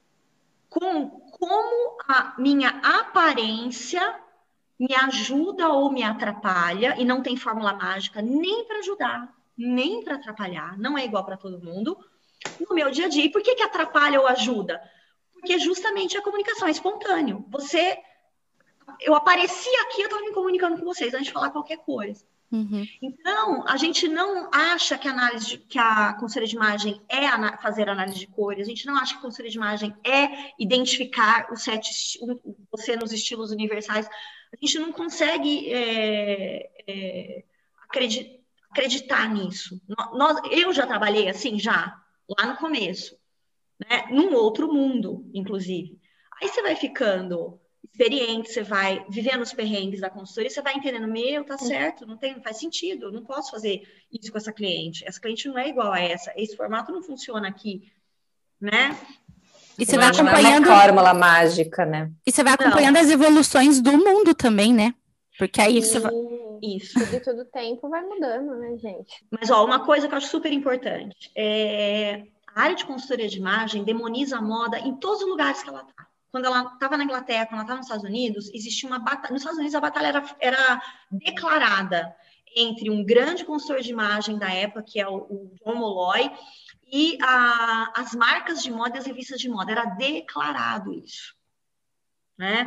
com como a minha aparência me ajuda ou me atrapalha, e não tem fórmula mágica nem para ajudar, nem para atrapalhar, não é igual para todo mundo, no meu dia a dia. E por que que atrapalha ou ajuda? Porque justamente a comunicação é espontâneo. Você, eu apareci aqui, eu estava me comunicando com vocês antes de falar qualquer coisa. Uhum. Então, a gente não acha que a análise, de, que a consultoria de imagem é ana, fazer análise de cores. A gente não acha que a consultoria de imagem é identificar os sete, você nos estilos universais. A gente não consegue é, é, acreditar, acreditar nisso. Nós, eu já trabalhei assim, já lá no começo. Né? Num outro mundo, inclusive. Aí você vai ficando experiente, você vai vivendo os perrengues da consultoria, você vai entendendo, meu, tá certo, não, tem, não faz sentido, eu não posso fazer isso com essa cliente. Essa cliente não é igual a essa, esse formato não funciona aqui, né? E você vai acompanhando... Não é uma fórmula mágica, né? E você vai acompanhando não. as evoluções do mundo também, né? Porque aí e... você vai... Isso. Tudo e todo tempo vai mudando, né, gente? Mas, ó, uma coisa que eu acho super importante é... A área de consultoria de imagem demoniza a moda em todos os lugares que ela está. Quando ela estava na Inglaterra, quando ela estava nos Estados Unidos, existia uma batalha. Nos Estados Unidos, a batalha era, era declarada entre um grande consultor de imagem da época, que é o, o John Molloy, e a, as marcas de moda e as revistas de moda. Era declarado isso. Né?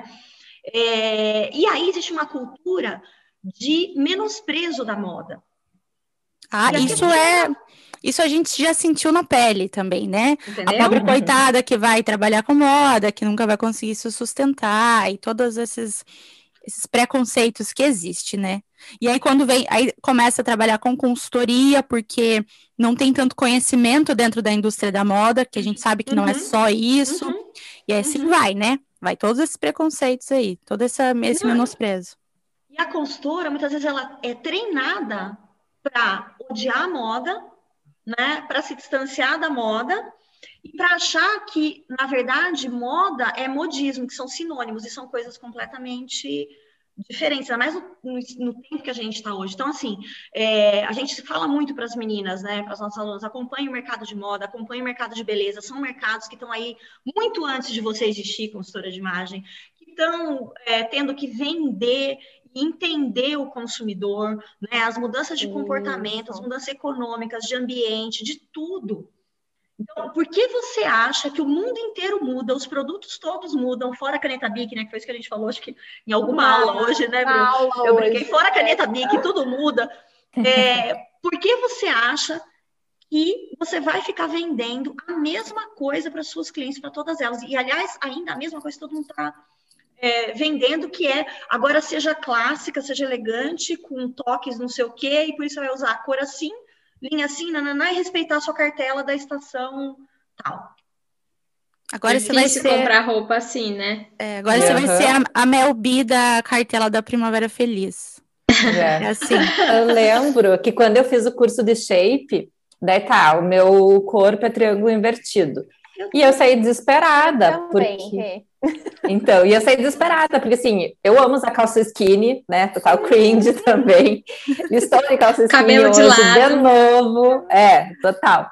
É, e aí existe uma cultura de menosprezo da moda. Ah, isso é... Isso a gente já sentiu na pele também, né? Entendeu? A pobre coitada que vai trabalhar com moda, que nunca vai conseguir se sustentar, e todos esses, esses preconceitos que existem, né? E aí quando vem, aí começa a trabalhar com consultoria, porque não tem tanto conhecimento dentro da indústria da moda, que a gente sabe que uhum. não é só isso, uhum. e aí assim uhum. vai, né? Vai todos esses preconceitos aí, todo essa, esse não, menosprezo. E a consultora, muitas vezes, ela é treinada para odiar a moda, né, para se distanciar da moda e para achar que, na verdade, moda é modismo, que são sinônimos e são coisas completamente diferentes, ainda mais no, no, no tempo que a gente está hoje. Então, assim, é, a gente fala muito para as meninas, né, para as nossas alunas, acompanhe o mercado de moda, acompanhe o mercado de beleza, são mercados que estão aí muito antes de você existir, consultora de imagem, que estão é, tendo que vender entender o consumidor, né, as mudanças de comportamento, as mudanças econômicas, de ambiente, de tudo. Então, por que você acha que o mundo inteiro muda, os produtos todos mudam, fora a caneta Bic, né, que foi isso que a gente falou, acho que em alguma ah, aula hoje, né, Bruno? Aula Eu brinquei, hoje. Fora a caneta Bic, tudo muda. É, por que você acha que você vai ficar vendendo a mesma coisa para suas clientes, para todas elas? E, aliás, ainda a mesma coisa que todo mundo está... É, vendendo, que é, agora seja clássica, seja elegante, com toques não sei o quê, e por isso vai usar a cor assim, linha assim, nananá, e respeitar a sua cartela da estação tal. Agora é você vai difícil ser... comprar roupa assim, né? É, agora Uhum. você vai ser a, a Mel B da cartela da Primavera Feliz. É. É assim. Eu lembro que quando eu fiz o curso de shape, daí tá, o meu corpo é triângulo invertido. E eu saí desesperada, Eu também, porque... Rê. Então, e eu saí desesperada, porque assim, eu amo usar calça skinny, né, total cringe também. Estou de calça skinny Cabelo de hoje, de lado. novo, é, total.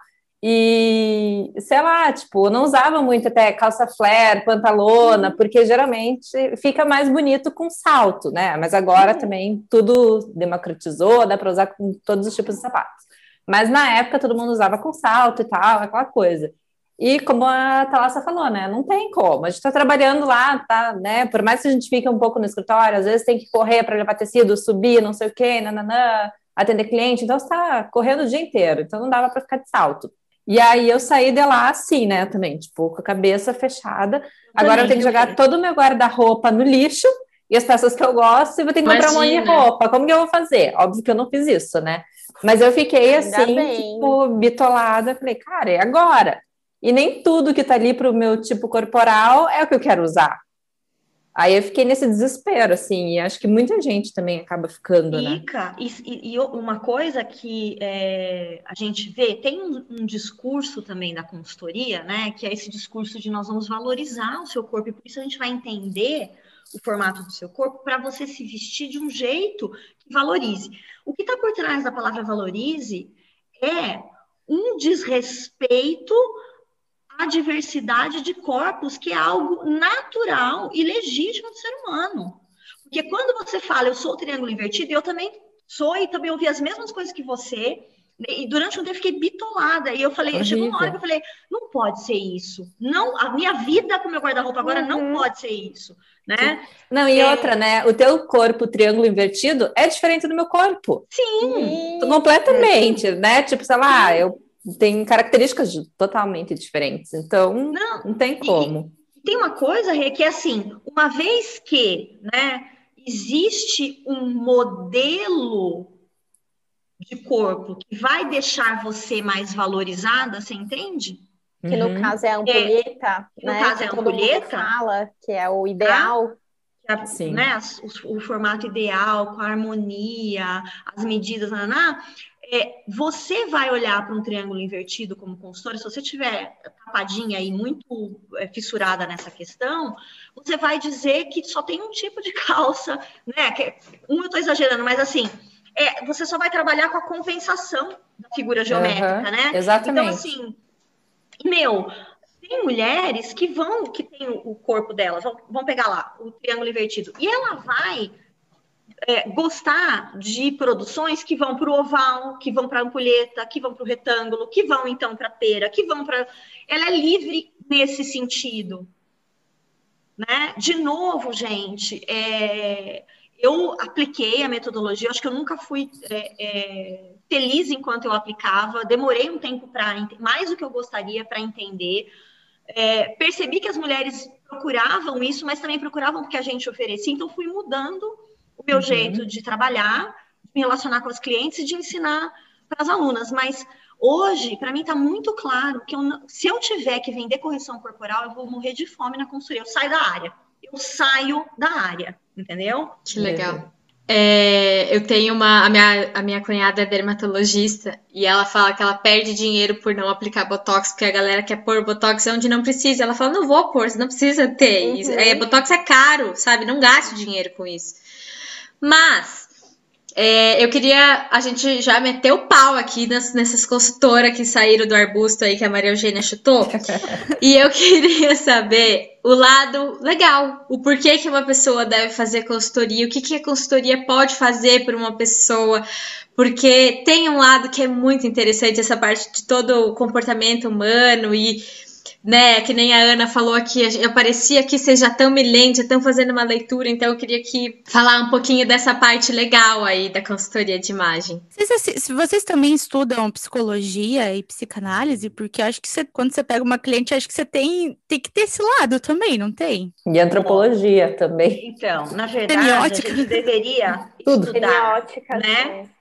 E, sei lá, tipo, eu não usava muito até calça flare, pantalona, porque geralmente fica mais bonito com salto, né? Mas agora também tudo democratizou, dá para usar com todos os tipos de sapatos. Mas na época todo mundo usava com salto e tal, aquela coisa. E como a Thalassa falou, né? Não tem como. A gente está trabalhando lá, tá, né? Por mais que a gente fique um pouco no escritório, às vezes tem que correr para levar tecido, subir, não sei o quê, nananã, atender cliente. Então você está correndo o dia inteiro. Então não dava para ficar de salto. E aí eu saí de lá assim, né, também, tipo, com a cabeça fechada. Agora Também, eu tenho que viu, jogar Fê? todo o meu guarda-roupa no lixo e as peças que eu gosto, e vou ter que comprar um monte de Imagina. roupa. Como que eu vou fazer? Óbvio que eu não fiz isso, né? Mas eu fiquei Ainda assim, bem. tipo, bitolada. Falei, cara, é agora. E nem tudo que tá ali pro meu tipo corporal é o que eu quero usar. Aí eu fiquei nesse desespero, assim, e acho que muita gente também acaba ficando, né? Fica, e, e- e uma coisa que é, a gente vê, tem um, um discurso também da consultoria, né, que é esse discurso de nós vamos valorizar o seu corpo, e por isso a gente vai entender o formato do seu corpo para você se vestir de um jeito que valorize. O que está por trás da palavra valorize é um desrespeito à diversidade de corpos, que é algo natural e legítimo do ser humano. Porque quando você fala, eu sou o triângulo invertido, eu também sou e também ouvi as mesmas coisas que você, e durante um tempo fiquei bitolada, e eu falei, Horrível. chegou uma hora que eu falei, não pode ser isso, não, a minha vida com o meu guarda-roupa agora Uhum. não pode ser isso, né? Não, e É. outra, né? O teu corpo triângulo invertido é diferente do meu corpo. Sim, Completamente, né? Tipo, sei lá, eu tenho características de- totalmente diferentes. Então, Não, não tem e- como. tem uma coisa, Rê, que é assim, uma vez que, né, existe um modelo de corpo que vai deixar você mais valorizada, você entende? Que no Uhum. caso é a ampulheta, que no né? caso que é a todo mundo ampulheta. fala, que é o ideal. A- Sim. né, o, o formato ideal, com a harmonia, as medidas, naná, é, você vai olhar para um triângulo invertido como consultora, se você tiver tapadinha aí muito é, fissurada nessa questão, você vai dizer que só tem um tipo de calça, né? Que, um eu estou exagerando, mas assim, é, você só vai trabalhar com a compensação da figura geométrica, Uhum, né? exatamente. Então, assim, meu, tem mulheres que vão, que tem o, o corpo delas, vão, vão pegar lá o triângulo invertido, e ela vai é, gostar de produções que vão para o oval, que vão para a ampulheta, que vão para o retângulo, que vão então para a pera, que vão para. Ela é livre nesse sentido, né? De novo, gente, é, eu apliquei a metodologia, acho que eu nunca fui é, é, feliz enquanto eu aplicava, demorei um tempo para mais do que eu gostaria para entender. É, percebi que as mulheres procuravam isso, mas também procuravam porque a gente oferecia, então fui mudando o meu Uhum. jeito de trabalhar, de me relacionar com as clientes e de ensinar para as alunas, mas hoje, para mim, está muito claro que eu não, se eu tiver que vender correção corporal, eu vou morrer de fome na consultoria, eu saio da área, eu saio da área, entendeu? Que legal. É, eu tenho uma. A minha, a minha cunhada é dermatologista e ela fala que ela perde dinheiro por não aplicar botox, porque a galera quer pôr botox onde não precisa. Ela fala, não vou pôr, você não precisa ter. Uhum. Isso, é, botox é caro, sabe? Não gaste dinheiro com isso. Mas é, eu queria. A gente já meteu o pau aqui nas, nessas consultoras que saíram do arbusto aí que a Maria Eugênia chutou. E eu queria saber o lado legal, o porquê que uma pessoa deve fazer consultoria, o que, que a consultoria pode fazer por uma pessoa, porque tem um lado que é muito interessante, essa parte de todo o comportamento humano e, né, que nem a Ana falou aqui, eu parecia que vocês já estão me lendo, já estão fazendo uma leitura, então eu queria que falar um pouquinho dessa parte legal aí da consultoria de imagem. Vocês, vocês também estudam psicologia e psicanálise? Porque eu acho que você, quando você pega uma cliente, acho que você tem, tem que ter esse lado também, não tem? E antropologia também. Então, na verdade, Semiótica. a gente deveria Tudo. estudar, Semiótica, né?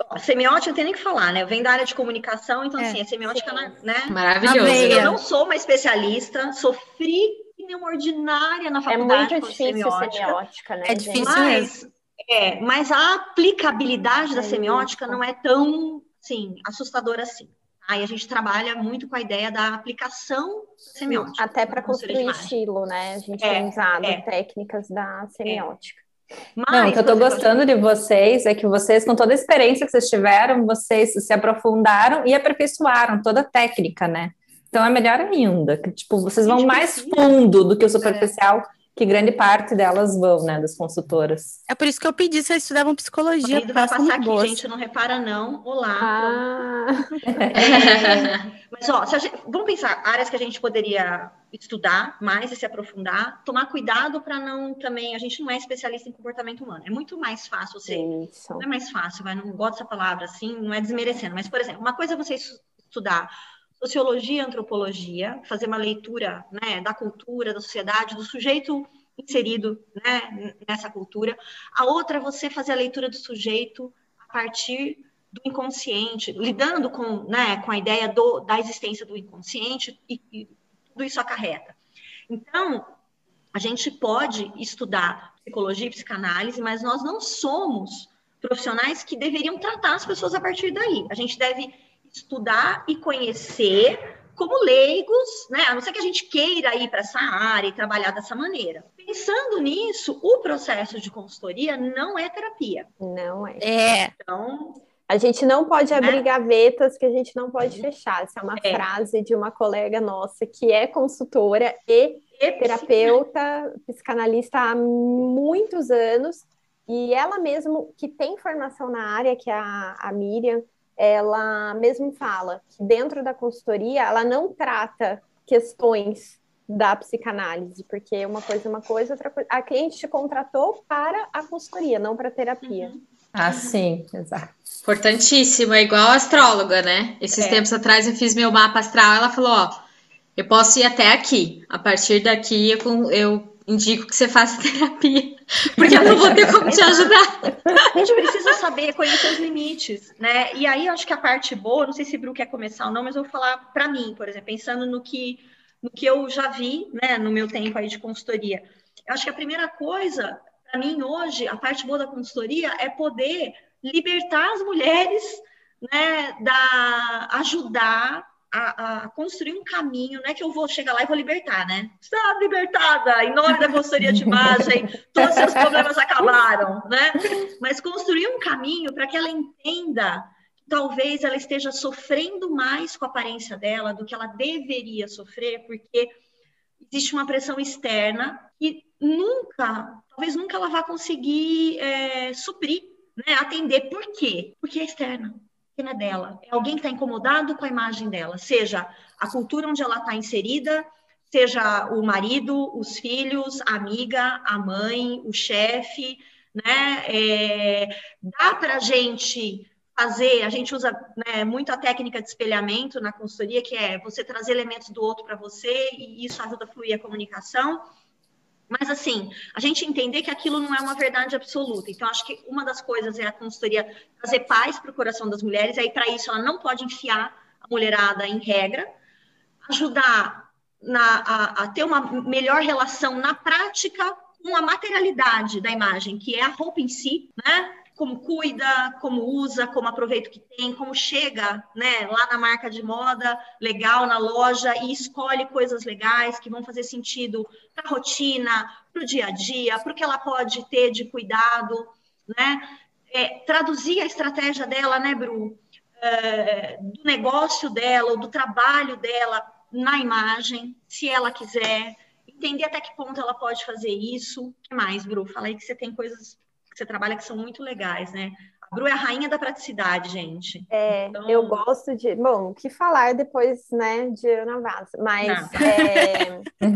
Ó, semiótica não tem nem que falar, né? Eu venho da área de comunicação, então, é, assim, a semiótica, sim. né? Maravilhoso. Eu não sou uma especialista, sofri que nem uma ordinária na faculdade. É muito difícil semiótica, semiótica, né? É difícil mas, mesmo. É, mas a aplicabilidade é da semiótica isso. Não é tão, assim, assustadora assim. Aí a gente trabalha muito com a ideia da aplicação semiótica. Até para construir estilo, né? A gente é, tem usado é. técnicas da semiótica. É. Mas, não, o que eu tô gostando de vocês é que vocês, com toda a experiência que vocês tiveram, vocês se aprofundaram e aperfeiçoaram toda a técnica, né? Então é melhor ainda, que tipo, vocês vão mais fundo do que o superficial, é. que grande parte delas vão, né, das consultoras. É por isso que eu pedi se eles estudavam psicologia. O vai passar aqui, boas. Gente, não repara não. Olá. Ah. É, mas, ó, se a gente, vamos pensar áreas que a gente poderia estudar mais e se aprofundar, tomar cuidado para não também, a gente não é especialista em comportamento humano, é muito mais fácil você, isso. Não é mais fácil, vai, não gosto dessa palavra assim, não é desmerecendo, mas, por exemplo, uma coisa é você estudar sociologia, antropologia, fazer uma leitura, né, da cultura, da sociedade, do sujeito inserido, né, nessa cultura. A outra é você fazer a leitura do sujeito a partir do inconsciente, lidando com, né, com a ideia do, da existência do inconsciente e, e tudo isso acarreta. Então, a gente pode estudar psicologia e psicanálise, mas nós não somos profissionais que deveriam tratar as pessoas a partir daí. A gente deve estudar e conhecer como leigos, né? A não ser que a gente queira ir para essa área e trabalhar dessa maneira. Pensando nisso, o processo de consultoria não é terapia. Não é. É. Então, a gente não pode abrir né? gavetas que a gente não pode fechar. Essa é uma é. frase de uma colega nossa que é consultora e, e terapeuta, psicanalista há muitos anos. E ela mesmo, que tem formação na área, que é a, a Miriam, ela mesmo fala que dentro da consultoria ela não trata questões da psicanálise, porque uma coisa é uma coisa, outra coisa... A cliente te contratou para a consultoria, não para a terapia. Uhum. Ah, sim, exato. Importantíssimo, é igual a astróloga, né? Esses é. tempos atrás eu fiz meu mapa astral, ela falou, ó, eu posso ir até aqui, a partir daqui eu, eu indico que você faça terapia, porque eu não vou ter como te ajudar. A gente precisa saber, conhecer os limites, né? E aí, eu acho que a parte boa, não sei se o Bru quer começar ou não, mas eu vou falar para mim, por exemplo, pensando no que, no que eu já vi, né, no meu tempo aí de consultoria. Eu acho que a primeira coisa, para mim, hoje, a parte boa da consultoria é poder libertar as mulheres, né, da, ajudar A, a construir um caminho, não é que eu vou chegar lá e vou libertar, né? Está libertada, em nome da consultoria de imagem, todos os seus problemas acabaram, né? Mas construir um caminho para que ela entenda que talvez ela esteja sofrendo mais com a aparência dela do que ela deveria sofrer, porque existe uma pressão externa que nunca, talvez nunca ela vá conseguir é, suprir, né? Atender. Por quê? Porque é externa. Que não é dela, é alguém que está incomodado com a imagem dela, seja a cultura onde ela está inserida, seja o marido, os filhos, a amiga, a mãe, o chefe, né? É, dá para a gente fazer, a gente usa né, muito a técnica de espelhamento na consultoria, que é você trazer elementos do outro para você, e isso ajuda a fluir a comunicação. Mas, assim, a gente entender que aquilo não é uma verdade absoluta. Então, acho que uma das coisas é a consultoria trazer paz para o coração das mulheres. Aí, para isso, ela não pode enfiar a mulherada em regra. Ajudar na, a, a ter uma melhor relação na prática com a materialidade da imagem, que é a roupa em si, né? Como cuida, como usa, como aproveita o que tem, como chega né, lá na marca de moda, legal, na loja, e escolhe coisas legais que vão fazer sentido para a rotina, para o dia a dia, para o que ela pode ter de cuidado, né? É, traduzir a estratégia dela, né, Bru? É, do negócio dela, ou do trabalho dela na imagem, se ela quiser, entender até que ponto ela pode fazer isso. O que mais, Bru? Fala aí que você tem coisas que você trabalha que são muito legais, né? A Bru é a rainha da praticidade, gente. É, então... eu gosto de... Bom, o que falar depois, né, de Ana Vaz, mas é...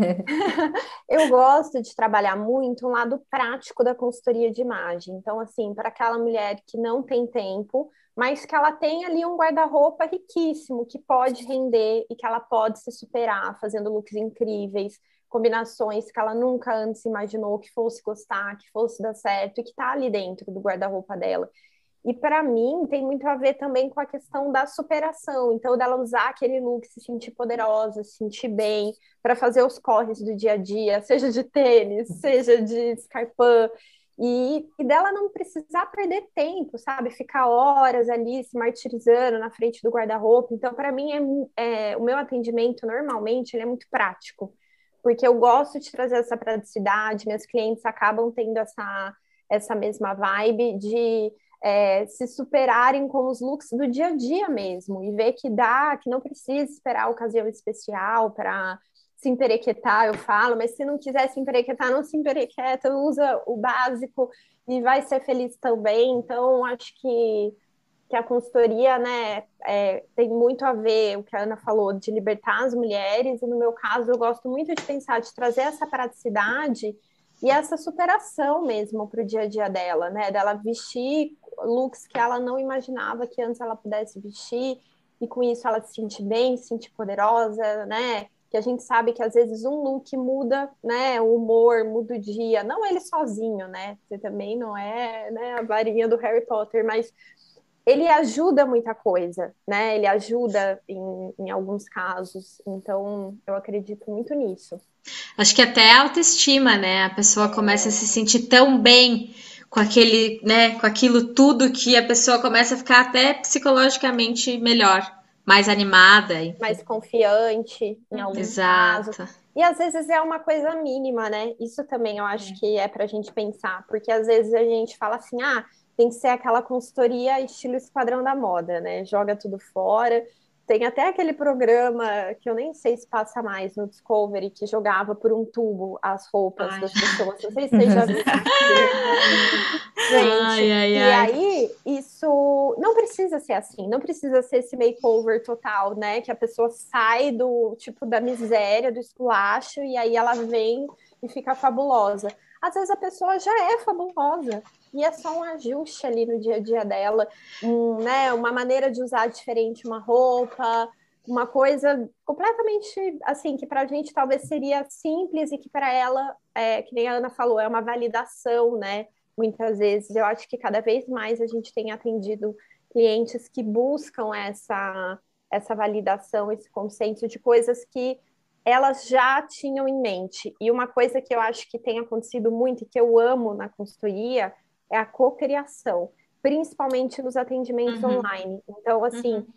eu gosto de trabalhar muito um lado prático da consultoria de imagem. Então, assim, para aquela mulher que não tem tempo, mas que ela tem ali um guarda-roupa riquíssimo, que pode render e que ela pode se superar, fazendo looks incríveis, combinações que ela nunca antes imaginou que fosse gostar, que fosse dar certo e que tá ali dentro do guarda-roupa dela. E para mim tem muito a ver também com a questão da superação. Então, dela usar aquele look, se sentir poderosa, se sentir bem, para fazer os corres do dia a dia, seja de tênis, seja de escarpão. E, e dela não precisar perder tempo, sabe? Ficar horas ali se martirizando na frente do guarda-roupa. Então, para mim, é, é, o meu atendimento, normalmente, ele é muito prático. Porque eu gosto de trazer essa praticidade, meus clientes acabam tendo essa, essa mesma vibe de é, se superarem com os looks do dia a dia mesmo. E ver que dá, que não precisa esperar a ocasião especial para se emperequetar, eu falo, mas se não quiser se emperequetar, não se emperequeta, usa o básico e vai ser feliz também. Então, acho que, que a consultoria, né, é, tem muito a ver, o que a Ana falou, de libertar as mulheres, e no meu caso, eu gosto muito de pensar, de trazer essa praticidade e essa superação mesmo para o dia a dia dela, né, dela vestir looks que ela não imaginava que antes ela pudesse vestir, e com isso ela se sente bem, se sente poderosa, né, que a gente sabe que às vezes um look muda, né, o humor, muda o dia, não ele sozinho, né, você também não é, né, a varinha do Harry Potter, mas ele ajuda muita coisa, né, ele ajuda em, em alguns casos, então eu acredito muito nisso. Acho que até a autoestima, né, a pessoa começa a se sentir tão bem com aquele, né, com aquilo tudo, que a pessoa começa a ficar até psicologicamente melhor. Mais animada. Enfim. Mais confiante em alguns Exato. casos. E às vezes é uma coisa mínima, né? Isso também eu acho é. que é pra gente pensar. Porque às vezes a gente fala assim, ah, tem que ser aquela consultoria estilo Esquadrão da Moda, né? Joga tudo fora. Tem até aquele programa que eu nem sei se passa mais no Discovery, que jogava por um tubo as roupas ai, das pessoas. Não sei se vocês já viram. Gente, ai, ai, e ai. aí isso não precisa ser assim, não precisa ser esse makeover total, né? Que a pessoa sai do tipo da miséria, do esculacho, e aí ela vem e fica fabulosa. Às vezes a pessoa já é fabulosa e é só um ajuste ali no dia a dia dela, um, né, uma maneira de usar diferente uma roupa, uma coisa completamente assim, que para a gente talvez seria simples e que para ela, é, que nem a Ana falou, é uma validação, né? Muitas vezes eu acho que cada vez mais a gente tem atendido clientes que buscam essa, essa validação, esse consenso de coisas que elas já tinham em mente. E uma coisa que eu acho que tem acontecido muito e que eu amo na consultoria é a cocriação, principalmente nos atendimentos uhum. online. Então, assim, uhum.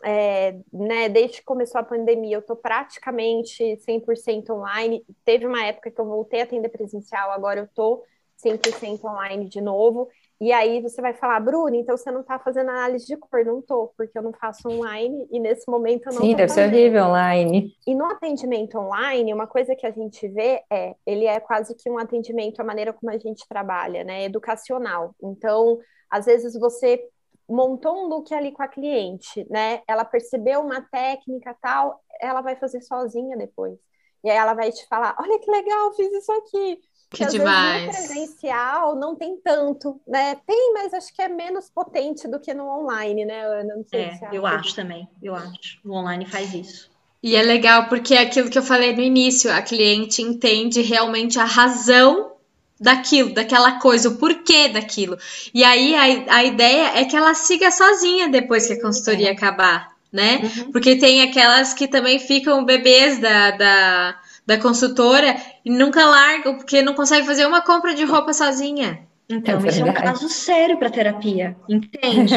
é, né, desde que começou a pandemia, eu estou praticamente cem por cento online. Teve uma época que eu voltei a atender presencial, agora eu estou cem por cento online de novo. E aí você vai falar, Bruna, então você não está fazendo análise de cor? Não estou, porque eu não faço online e nesse momento eu não Sim, deve fazendo. ser horrível online. E no atendimento online, uma coisa que a gente vê é, ele é quase que um atendimento, a maneira como a gente trabalha, né, educacional. Então, às vezes você montou um look ali com a cliente, né, ela percebeu uma técnica tal, ela vai fazer sozinha depois. E aí ela vai te falar, olha que legal, fiz isso aqui. Que Porque, às demais. vezes, no presencial não tem tanto, né? Tem, mas acho que é menos potente do que no online, né, Ana? Não sei é, se eu acho também, eu acho. O online faz isso. E é legal porque é aquilo que eu falei no início, a cliente entende realmente a razão daquilo, daquela coisa, o porquê daquilo. E aí a, a ideia é que ela siga sozinha depois que a consultoria é. acabar, né? Uhum. Porque tem aquelas que também ficam bebês da... da da consultora e nunca largam porque não consegue fazer uma compra de roupa sozinha. Então, é isso é um caso sério para terapia, entende?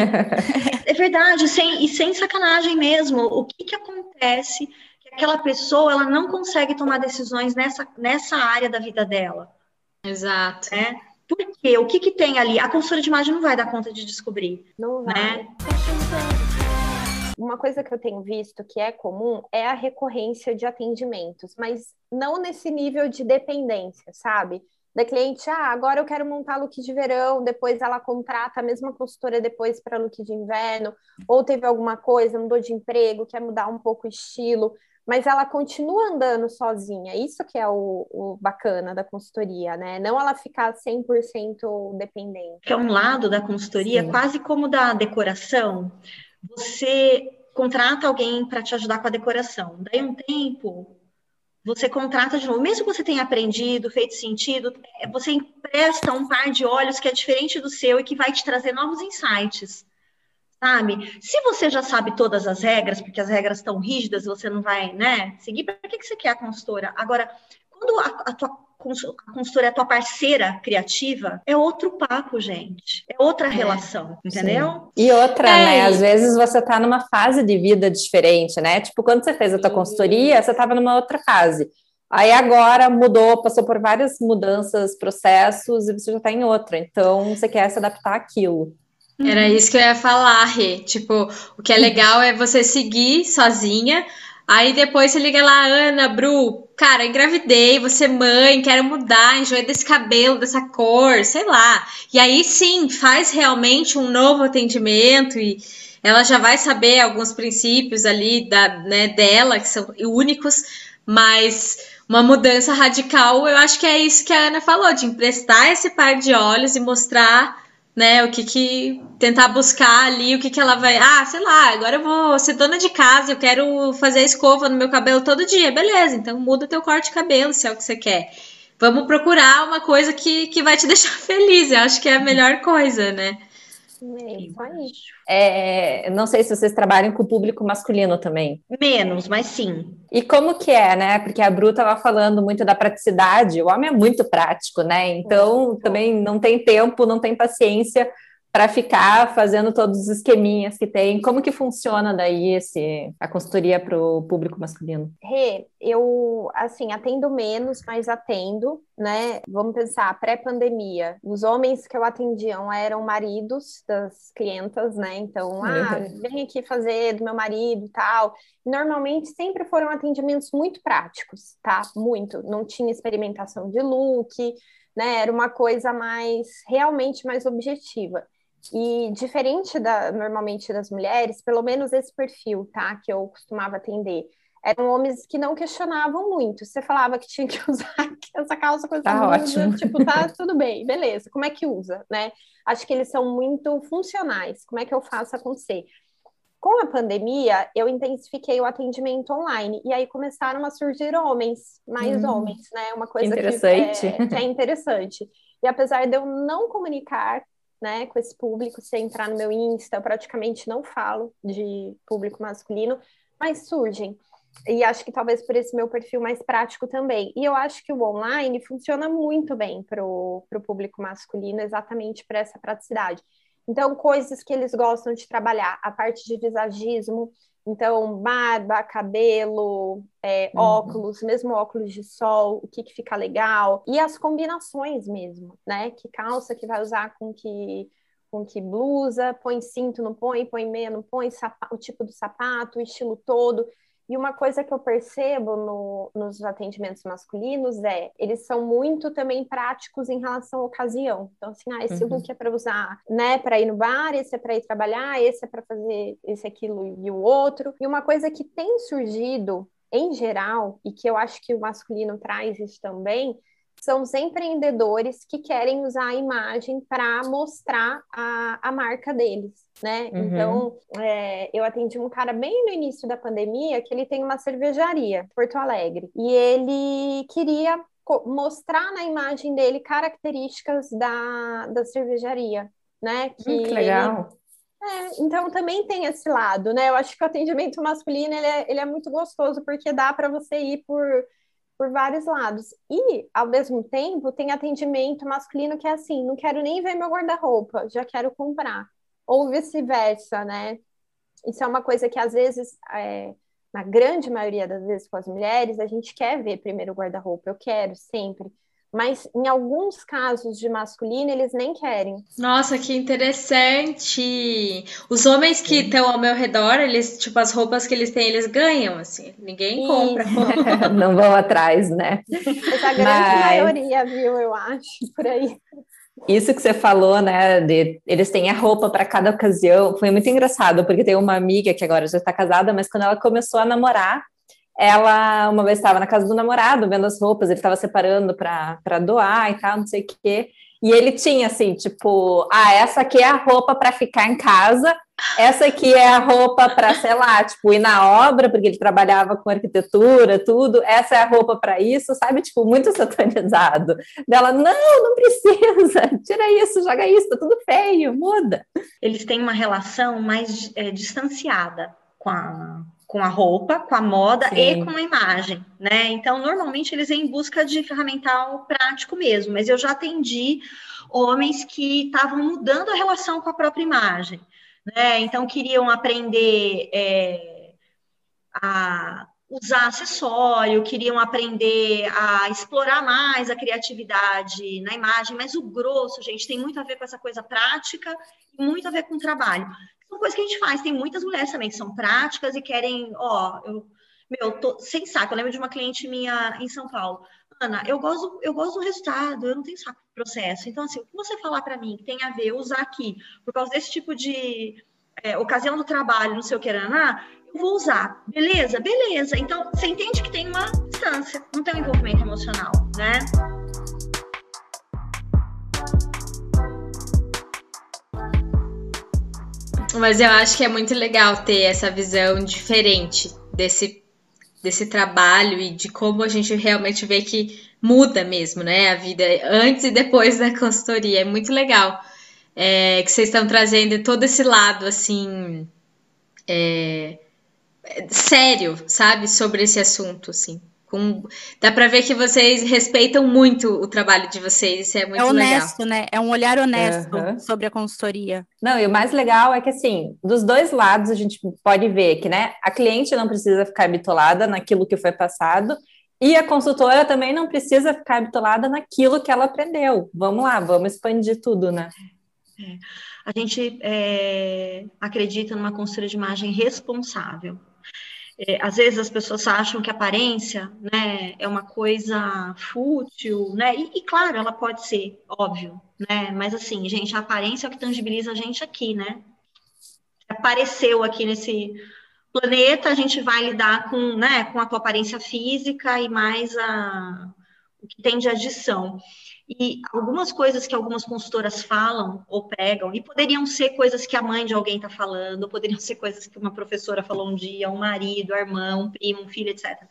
É verdade, sem, e sem sacanagem mesmo. O que que acontece que aquela pessoa ela não consegue tomar decisões nessa, nessa área da vida dela? Exato. Né? Por quê? O que que tem ali? A consultora de imagem não vai dar conta de descobrir. Não vai. Né? Uma coisa que eu tenho visto que é comum é a recorrência de atendimentos, mas não nesse nível de dependência, sabe? Da cliente, ah, agora eu quero montar look de verão, depois ela contrata a mesma consultora depois para look de inverno, ou teve alguma coisa, mudou de emprego, quer mudar um pouco o estilo, mas ela continua andando sozinha. Isso que é o, o bacana da consultoria, né? Não ela ficar cem por cento dependente. Que é um lado da consultoria, sim, quase como da decoração. Você contrata alguém para te ajudar com a decoração. Daí um tempo, você contrata de novo. Mesmo que você tenha aprendido, feito sentido, você empresta um par de olhos que é diferente do seu e que vai te trazer novos insights, sabe? Se você já sabe todas as regras, porque as regras estão rígidas, você não vai, né, seguir, para que, que você quer a consultora? Agora, quando a, a tua a consultora é a tua parceira criativa, é outro papo, gente. É outra relação, é, entendeu? Sim. E outra, é. né? Às vezes você tá numa fase de vida diferente, né? Tipo, quando você fez a tua consultoria, você tava numa outra fase. Aí agora mudou, passou por várias mudanças, processos, e você já tá em outra. Então, você quer se adaptar àquilo. Era isso que eu ia falar, Rê. Tipo, o que é legal é você seguir sozinha. Aí depois você liga lá, Ana, Bru, cara, engravidei, você é mãe, quero mudar, enjoei desse cabelo, dessa cor, sei lá. E aí sim, faz realmente um novo atendimento e ela já vai saber alguns princípios ali da, né, dela, que são únicos, mas uma mudança radical, eu acho que é isso que a Ana falou, de emprestar esse par de olhos e mostrar, né, o que que, tentar buscar ali, o que que ela vai, ah, sei lá, agora eu vou ser dona de casa, eu quero fazer a escova no meu cabelo todo dia, beleza, então muda teu corte de cabelo, se é o que você quer. Vamos procurar uma coisa que, que vai te deixar feliz, eu acho que é a melhor coisa, né? É, não sei se vocês trabalham com o público masculino também. Menos, mas sim. E como que é, né? Porque a Bru estava falando muito da praticidade, o homem é muito prático, né? Então, é, também não tem tempo, não tem paciência para ficar fazendo todos os esqueminhas que tem. Como que funciona daí esse, a consultoria para o público masculino? Rê, eu, assim, atendo menos, mas atendo, né? Vamos pensar, pré-pandemia, os homens que eu atendiam eram maridos das clientas, né? Então, ah, vem aqui fazer do meu marido e tal. Normalmente sempre foram atendimentos muito práticos, tá? Muito. Não tinha experimentação de look, né? Era uma coisa mais, realmente mais objetiva. E diferente da, normalmente das mulheres, pelo menos esse perfil, tá? Que eu costumava atender, eram homens que não questionavam muito. Você falava que tinha que usar essa calça com essa tá blusa, ótimo. tipo, tá tudo bem, beleza. Como é que usa, né? Acho que eles são muito funcionais. Como é que eu faço acontecer? Com a pandemia, eu intensifiquei o atendimento online, e aí começaram a surgir homens, mais hum, homens, né? Uma coisa que, interessante. Que, é, que é interessante. E apesar de eu não comunicar, né, com esse público, se entrar no meu Insta, eu praticamente não falo de público masculino, mas surgem. E acho que talvez por esse meu perfil mais prático também. E eu acho que o online funciona muito bem para o público masculino, exatamente por essa praticidade. Então, coisas que eles gostam de trabalhar, a parte de visagismo, então, barba, cabelo, é, uhum. óculos, mesmo óculos de sol, o que, que fica legal, e as combinações mesmo, né? Que calça que vai usar com que, com que blusa, põe cinto, não põe, põe meia, não põe, sapato, o tipo do sapato, o estilo todo. E uma coisa que eu percebo no, nos atendimentos masculinos é, eles são muito também práticos em relação à ocasião. Então, assim, ah, esse uhum. look é para usar, né, para ir no bar, esse é para ir trabalhar, esse é para fazer esse, aquilo e o outro. E uma coisa que tem surgido, em geral, e que eu acho que o masculino traz isso também, são os empreendedores que querem usar a imagem para mostrar a, a marca deles, né? Uhum. Então, é, eu atendi um cara bem no início da pandemia que ele tem uma cervejaria em Porto Alegre e ele queria mostrar na imagem dele características da, da cervejaria, né? Que, hum, que legal! Ele, é, então também tem esse lado, né? Eu acho que o atendimento masculino ele é, ele é muito gostoso porque dá para você ir por por vários lados. E, ao mesmo tempo, tem atendimento masculino que é assim, não quero nem ver meu guarda-roupa, já quero comprar. Ou vice-versa, né? Isso é uma coisa que, às vezes, é, na grande maioria das vezes com as mulheres, a gente quer ver primeiro o guarda-roupa, eu quero sempre. Mas, em alguns casos de masculino, eles nem querem. Nossa, que interessante! Os homens que estão ao meu redor, eles, tipo, as roupas que eles têm, eles ganham, assim. Ninguém Isso. compra. Não vão atrás, né? Mas a grande Mas... maioria, viu, eu acho, por aí. Isso que você falou, né, de eles têm a roupa para cada ocasião, foi muito engraçado, porque tem uma amiga que agora já está casada, mas quando ela começou a namorar, ela uma vez estava na casa do namorado, vendo as roupas, ele estava separando para doar e tal, não sei o quê. E ele tinha assim, tipo, ah, essa aqui é a roupa para ficar em casa, essa aqui é a roupa para, sei lá, tipo, ir na obra, porque ele trabalhava com arquitetura, tudo, essa é a roupa para isso, sabe? Tipo, muito satanizado. Dela, não, não precisa, tira isso, joga isso, tá tudo feio, muda. Eles têm uma relação mais é, distanciada com a, com a roupa, com a moda. Sim. E com a imagem, né? Então, normalmente, eles vêm em busca de ferramental prático mesmo, mas eu já atendi homens que estavam mudando a relação com a própria imagem. Né? Então, queriam aprender é, a usar acessório, queriam aprender a explorar mais a criatividade na imagem, mas o grosso, gente, tem muito a ver com essa coisa prática e muito a ver com o trabalho. São coisas que a gente faz, tem muitas mulheres também que são práticas e querem, ó, eu, meu, tô sem saco. Eu lembro de uma cliente minha em São Paulo. Ana, eu gosto, eu gosto do resultado, eu não tenho saco do processo. Então, assim, o que você falar para mim que tem a ver, usar aqui, por causa desse tipo de é, ocasião do trabalho, não sei o que, Ana, eu vou usar. Beleza? Beleza. Então, você entende que tem uma distância, não tem um envolvimento emocional, né? Mas eu acho que é muito legal ter essa visão diferente desse desse trabalho e de como a gente realmente vê que muda mesmo, né, a vida antes e depois da consultoria. É muito legal é, que vocês estão trazendo todo esse lado, assim, é, sério, sabe, sobre esse assunto, assim. Com... Dá pra ver que vocês respeitam muito o trabalho de vocês, isso é muito legal. É honesto, legal. Né? É um olhar honesto uhum. sobre a consultoria. Não, e o mais legal é que, assim, dos dois lados a gente pode ver que, né, a cliente não precisa ficar bitolada naquilo que foi passado e a consultora também não precisa ficar bitolada naquilo que ela aprendeu. Vamos lá, vamos expandir tudo, né? É. A gente é, acredita numa consultoria de imagem responsável. É, às vezes as pessoas acham que a aparência, né, é uma coisa fútil, né, e, e claro, ela pode ser, óbvio, né, mas assim, gente, a aparência é o que tangibiliza a gente aqui, né, apareceu aqui nesse planeta, a gente vai lidar com, né, com a tua aparência física e mais a, o que tem de adição. E algumas coisas que algumas consultoras falam ou pregam, e poderiam ser coisas que a mãe de alguém está falando, ou poderiam ser coisas que uma professora falou um dia, um marido, a irmã, um primo, um filho, etcétera.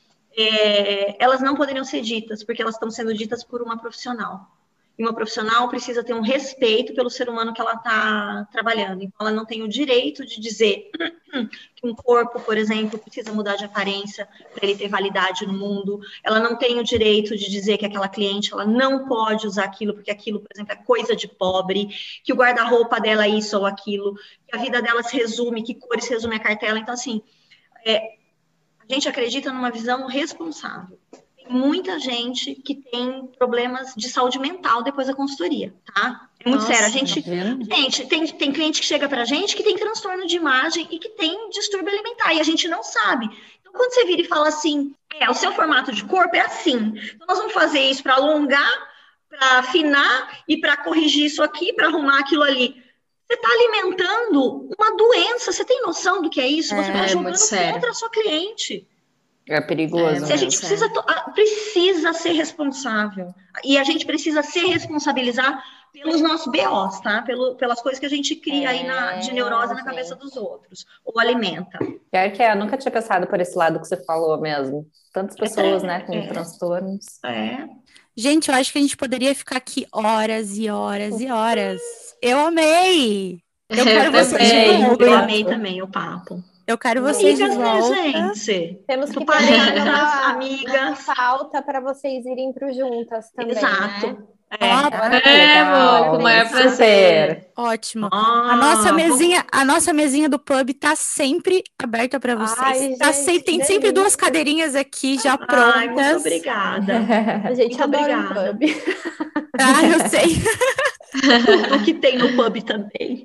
É, elas não poderiam ser ditas, porque elas estão sendo ditas por uma profissional. E uma profissional precisa ter um respeito pelo ser humano que ela está trabalhando. Então, ela não tem o direito de dizer que um corpo, por exemplo, precisa mudar de aparência para ele ter validade no mundo. Ela não tem o direito de dizer que aquela cliente ela não pode usar aquilo, porque aquilo, por exemplo, é coisa de pobre, que o guarda-roupa dela é isso ou aquilo, que a vida dela se resume, que cores se resume a cartela. Então, assim, é, a gente acredita numa visão responsável. Muita gente que tem problemas de saúde mental depois da consultoria, tá? É muito Nossa, sério. A gente, tá gente tem, tem cliente que chega pra gente que tem transtorno de imagem e que tem distúrbio alimentar, e a gente não sabe. Então, quando você vira e fala assim, é, o seu formato de corpo é assim, então nós vamos fazer isso para alongar, para afinar e para corrigir isso aqui, para arrumar aquilo ali. Você está alimentando uma doença, você tem noção do que é isso? Você está é, jogando contra a sua cliente. É perigoso. É, a gente precisa, precisa ser responsável. E a gente precisa se responsabilizar pelos nossos B Os, tá? Pelo, pelas coisas que a gente cria é, aí na, de neurose na cabeça dos outros. Ou alimenta. Pior que é, eu nunca tinha pensado por esse lado que você falou mesmo. Tantas pessoas, é, né, com é. transtornos. É. Gente, eu acho que a gente poderia ficar aqui horas e horas e horas. Eu amei! Eu quero vocês de volta. Eu amei também o papo. Eu quero vocês Amigas, de volta. Né, gente? Temos que parar uma amiga falta para vocês irem para juntas também. Exato. Né? É, é, é com o maior prazer. Ótimo. Ah, a nossa mesinha, a nossa mesinha do pub tá sempre aberta para vocês. Ai, tá gente, sempre, tem sempre duas cadeirinhas aqui já prontas. Ai, muito obrigada. A gente muito adora obrigada. Um pub. Ah, eu sei. Tudo que tem no pub também.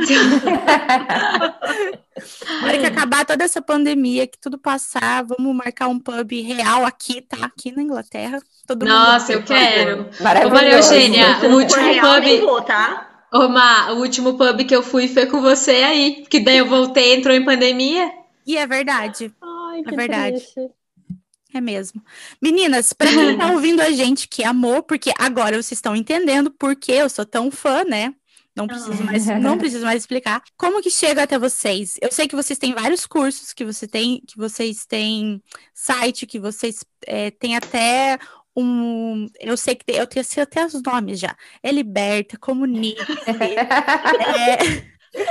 Na hora que acabar toda essa pandemia, que tudo passar, vamos marcar um pub real aqui, tá? Aqui na Inglaterra. Todo Nossa, mundo eu quero. Ô, Maria Eugênia, o último pub... Vou, tá? Ô, Ma, o último pub que eu fui foi com você aí. Que daí eu voltei, entrou em pandemia. E é verdade. Ai, que é verdade. Triste. É mesmo. Meninas, pra quem tá ouvindo a gente que amou, porque agora vocês estão entendendo por que eu sou tão fã, né, Não preciso mais, não preciso mais explicar. Como que chega até vocês? Eu sei que vocês têm vários cursos, que você tem, que vocês têm site, que vocês é, têm até um... Eu sei que tem, eu tenho sei até os nomes já. É Liberta, Comunique, é...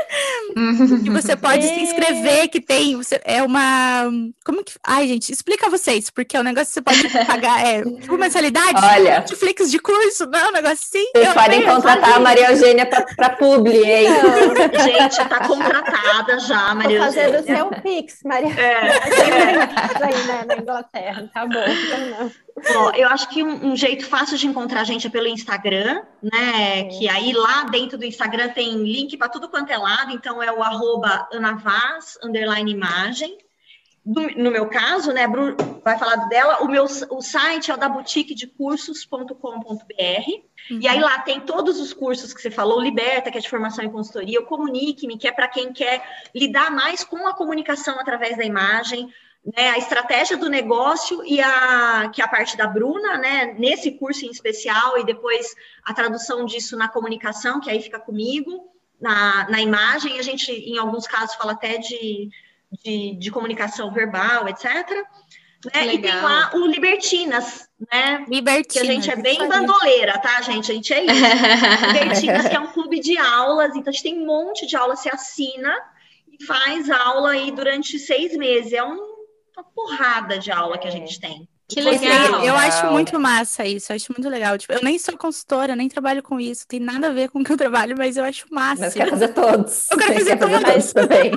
que você pode se inscrever, que tem, você, é uma, como que, ai gente, explica a vocês, porque é um negócio que você pode pagar, é tipo mensalidade, olha, Netflix de curso, não, um negócio assim. Vocês podem contratar a Maria Eugênia para publi, hein? Não, gente, tá contratada já, Maria Vou fazer do Eugênia. seu Pix, Maria. É, é. Aí, né, na Inglaterra, tá bom, então não. Ó, eu acho que um, um jeito fácil de encontrar a gente é pelo Instagram, né? É. Que aí lá dentro do Instagram tem link para tudo quanto é lado, então é o arroba anavaz, underline imagem. Do, no meu caso, né, a Bru vai falar dela, o meu o site é o da boutique de cursos ponto com ponto br, uhum. E aí lá tem todos os cursos que você falou, o Liberta, que é de formação em consultoria, o Comunique-me, que é para quem quer lidar mais com a comunicação através da imagem, né, a estratégia do negócio e a, que é a parte da Bruna, né, nesse curso em especial, e depois a tradução disso na comunicação, que aí fica comigo, na, na imagem, a gente, em alguns casos, fala até de, de, de comunicação verbal, etcétera. Né, e tem lá o Libertinas, né, Libertinas, que a gente é bem bandoleira, tá, gente? A gente é isso. Libertinas, que é um clube de aulas, então a gente tem um monte de aulas, você assina e faz aula aí durante seis meses, é um uma porrada de aula que a gente tem. Que legal. Eu, eu acho muito massa isso, eu acho muito legal. Tipo, eu nem sou consultora, nem trabalho com isso, tem nada a ver com o que eu trabalho, mas eu acho massa. Mas quero fazer todos. Eu quero fazer todos. todos também.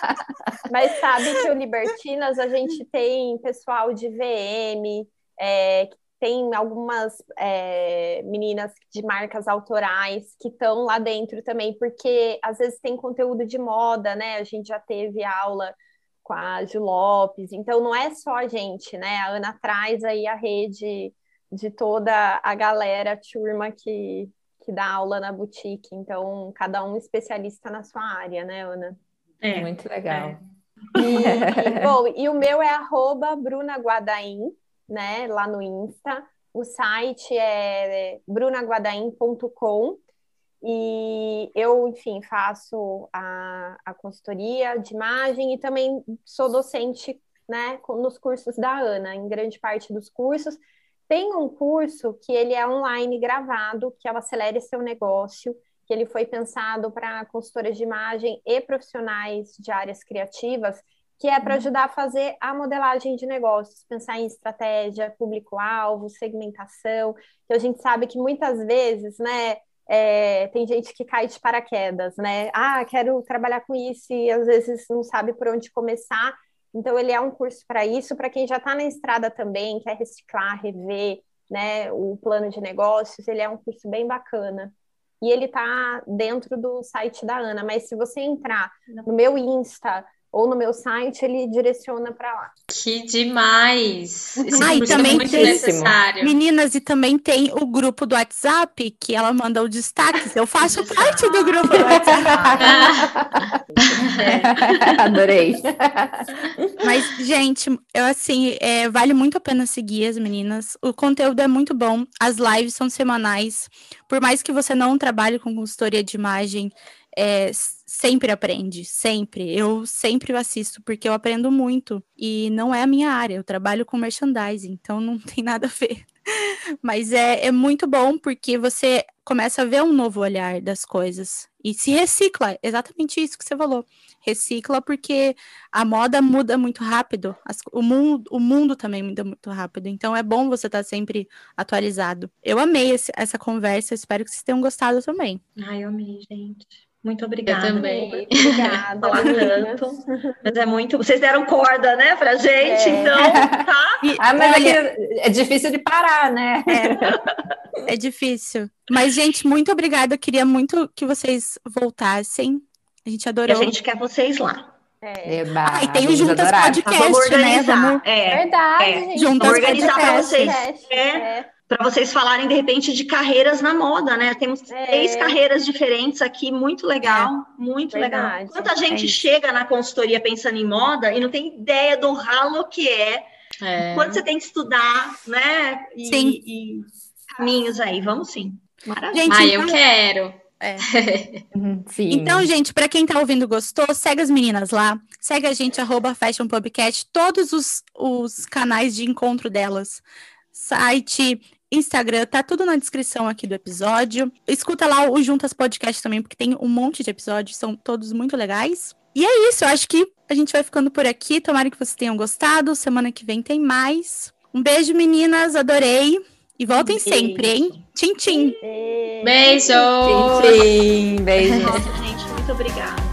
Mas sabe que o Libertinas, a gente tem pessoal de V M, é, tem algumas é, meninas de marcas autorais que estão lá dentro também, porque às vezes tem conteúdo de moda, né? A gente já teve aula com a Ju Lopes, então não é só a gente, né? A Ana traz aí a rede de toda a galera, a turma que, que dá aula na boutique, então cada um especialista na sua área, né, Ana? É, muito legal. É. E, bom, e o meu é arroba Bruna Guadaim, né, lá no Insta, o site é bruna guadaim ponto com. E eu, enfim, faço a, a consultoria de imagem e também sou docente, né, nos cursos da Ana, em grande parte dos cursos. Tem um curso que ele é online gravado, que é o Acelere Seu Negócio, que ele foi pensado para consultoras de imagem e profissionais de áreas criativas, que é para ajudar a fazer a modelagem de negócios, pensar em estratégia, público-alvo, segmentação, que a gente sabe que muitas vezes, né, É, tem gente que cai de paraquedas, né? Ah, quero trabalhar com isso e às vezes não sabe por onde começar. Então, ele é um curso para isso, para quem já está na estrada também, quer reciclar, rever, né, o plano de negócios, ele é um curso bem bacana. E ele está dentro do site da Ana, mas se você entrar no meu Insta ou no meu site, ele direciona para lá. Que demais! Esse ah, e também é muito tem, necessário. Meninas, e também tem o grupo do WhatsApp, que ela manda o destaque. Eu faço parte do grupo do WhatsApp. é. Adorei. Mas, gente, eu assim, é, vale muito a pena seguir as meninas. O conteúdo é muito bom. As lives são semanais. Por mais que você não trabalhe com consultoria de imagem, é, sempre aprende, sempre. Eu sempre assisto, porque eu aprendo muito. E não é a minha área, eu trabalho com merchandising, então não tem nada a ver. Mas é, é muito bom, porque você começa a ver um novo olhar das coisas. E se recicla, exatamente isso que você falou. Recicla porque a moda muda muito rápido. As, o, mundo, o mundo também muda muito rápido. Então é bom você estar sempre atualizado. Eu amei esse, essa conversa, espero que vocês tenham gostado também. Ai, eu amei, gente. Muito obrigada. Eu também. Obrigada. Falar tanto. Mas é muito. Vocês deram corda, né, pra gente, é. Então, tá? E, ah, mas olha, é, é difícil de parar, né? É, é difícil. Mas, gente, muito obrigada. Eu queria muito que vocês voltassem. A gente adorou. E a gente quer vocês lá. É. Eba, ah, e tem o Juntas adorar. Podcast, vamos organizar. Né? Vamos... É, Verdade, é. gente. Juntas vamos organizar para vocês. É. é. Para vocês falarem, de repente, de carreiras na moda, né? Temos é. três carreiras diferentes aqui, muito legal, é. muito Verdade. legal. Quanta gente é chega na consultoria pensando em moda e não tem ideia do ralo que é, é. quanto você tem que estudar, né? E, sim. E caminhos aí, vamos sim. Maravilha. Gente, ah, eu quero. É. Sim. Então, gente, para quem tá ouvindo e gostou, segue as meninas lá. Segue a gente, arroba Fashion Pubcast, todos os, os canais de encontro delas. Site, Instagram, tá tudo na descrição aqui do episódio. Escuta lá o Juntas Podcast também, porque tem um monte de episódios, são todos muito legais. E é isso, eu acho que a gente vai ficando por aqui. Tomara que vocês tenham gostado. Semana que vem tem mais. Um beijo, meninas, adorei. E voltem beijo. sempre, hein? Tchim, tchim. Beijo! Tchim, tchim. Beijo. Nossa, gente, muito obrigada.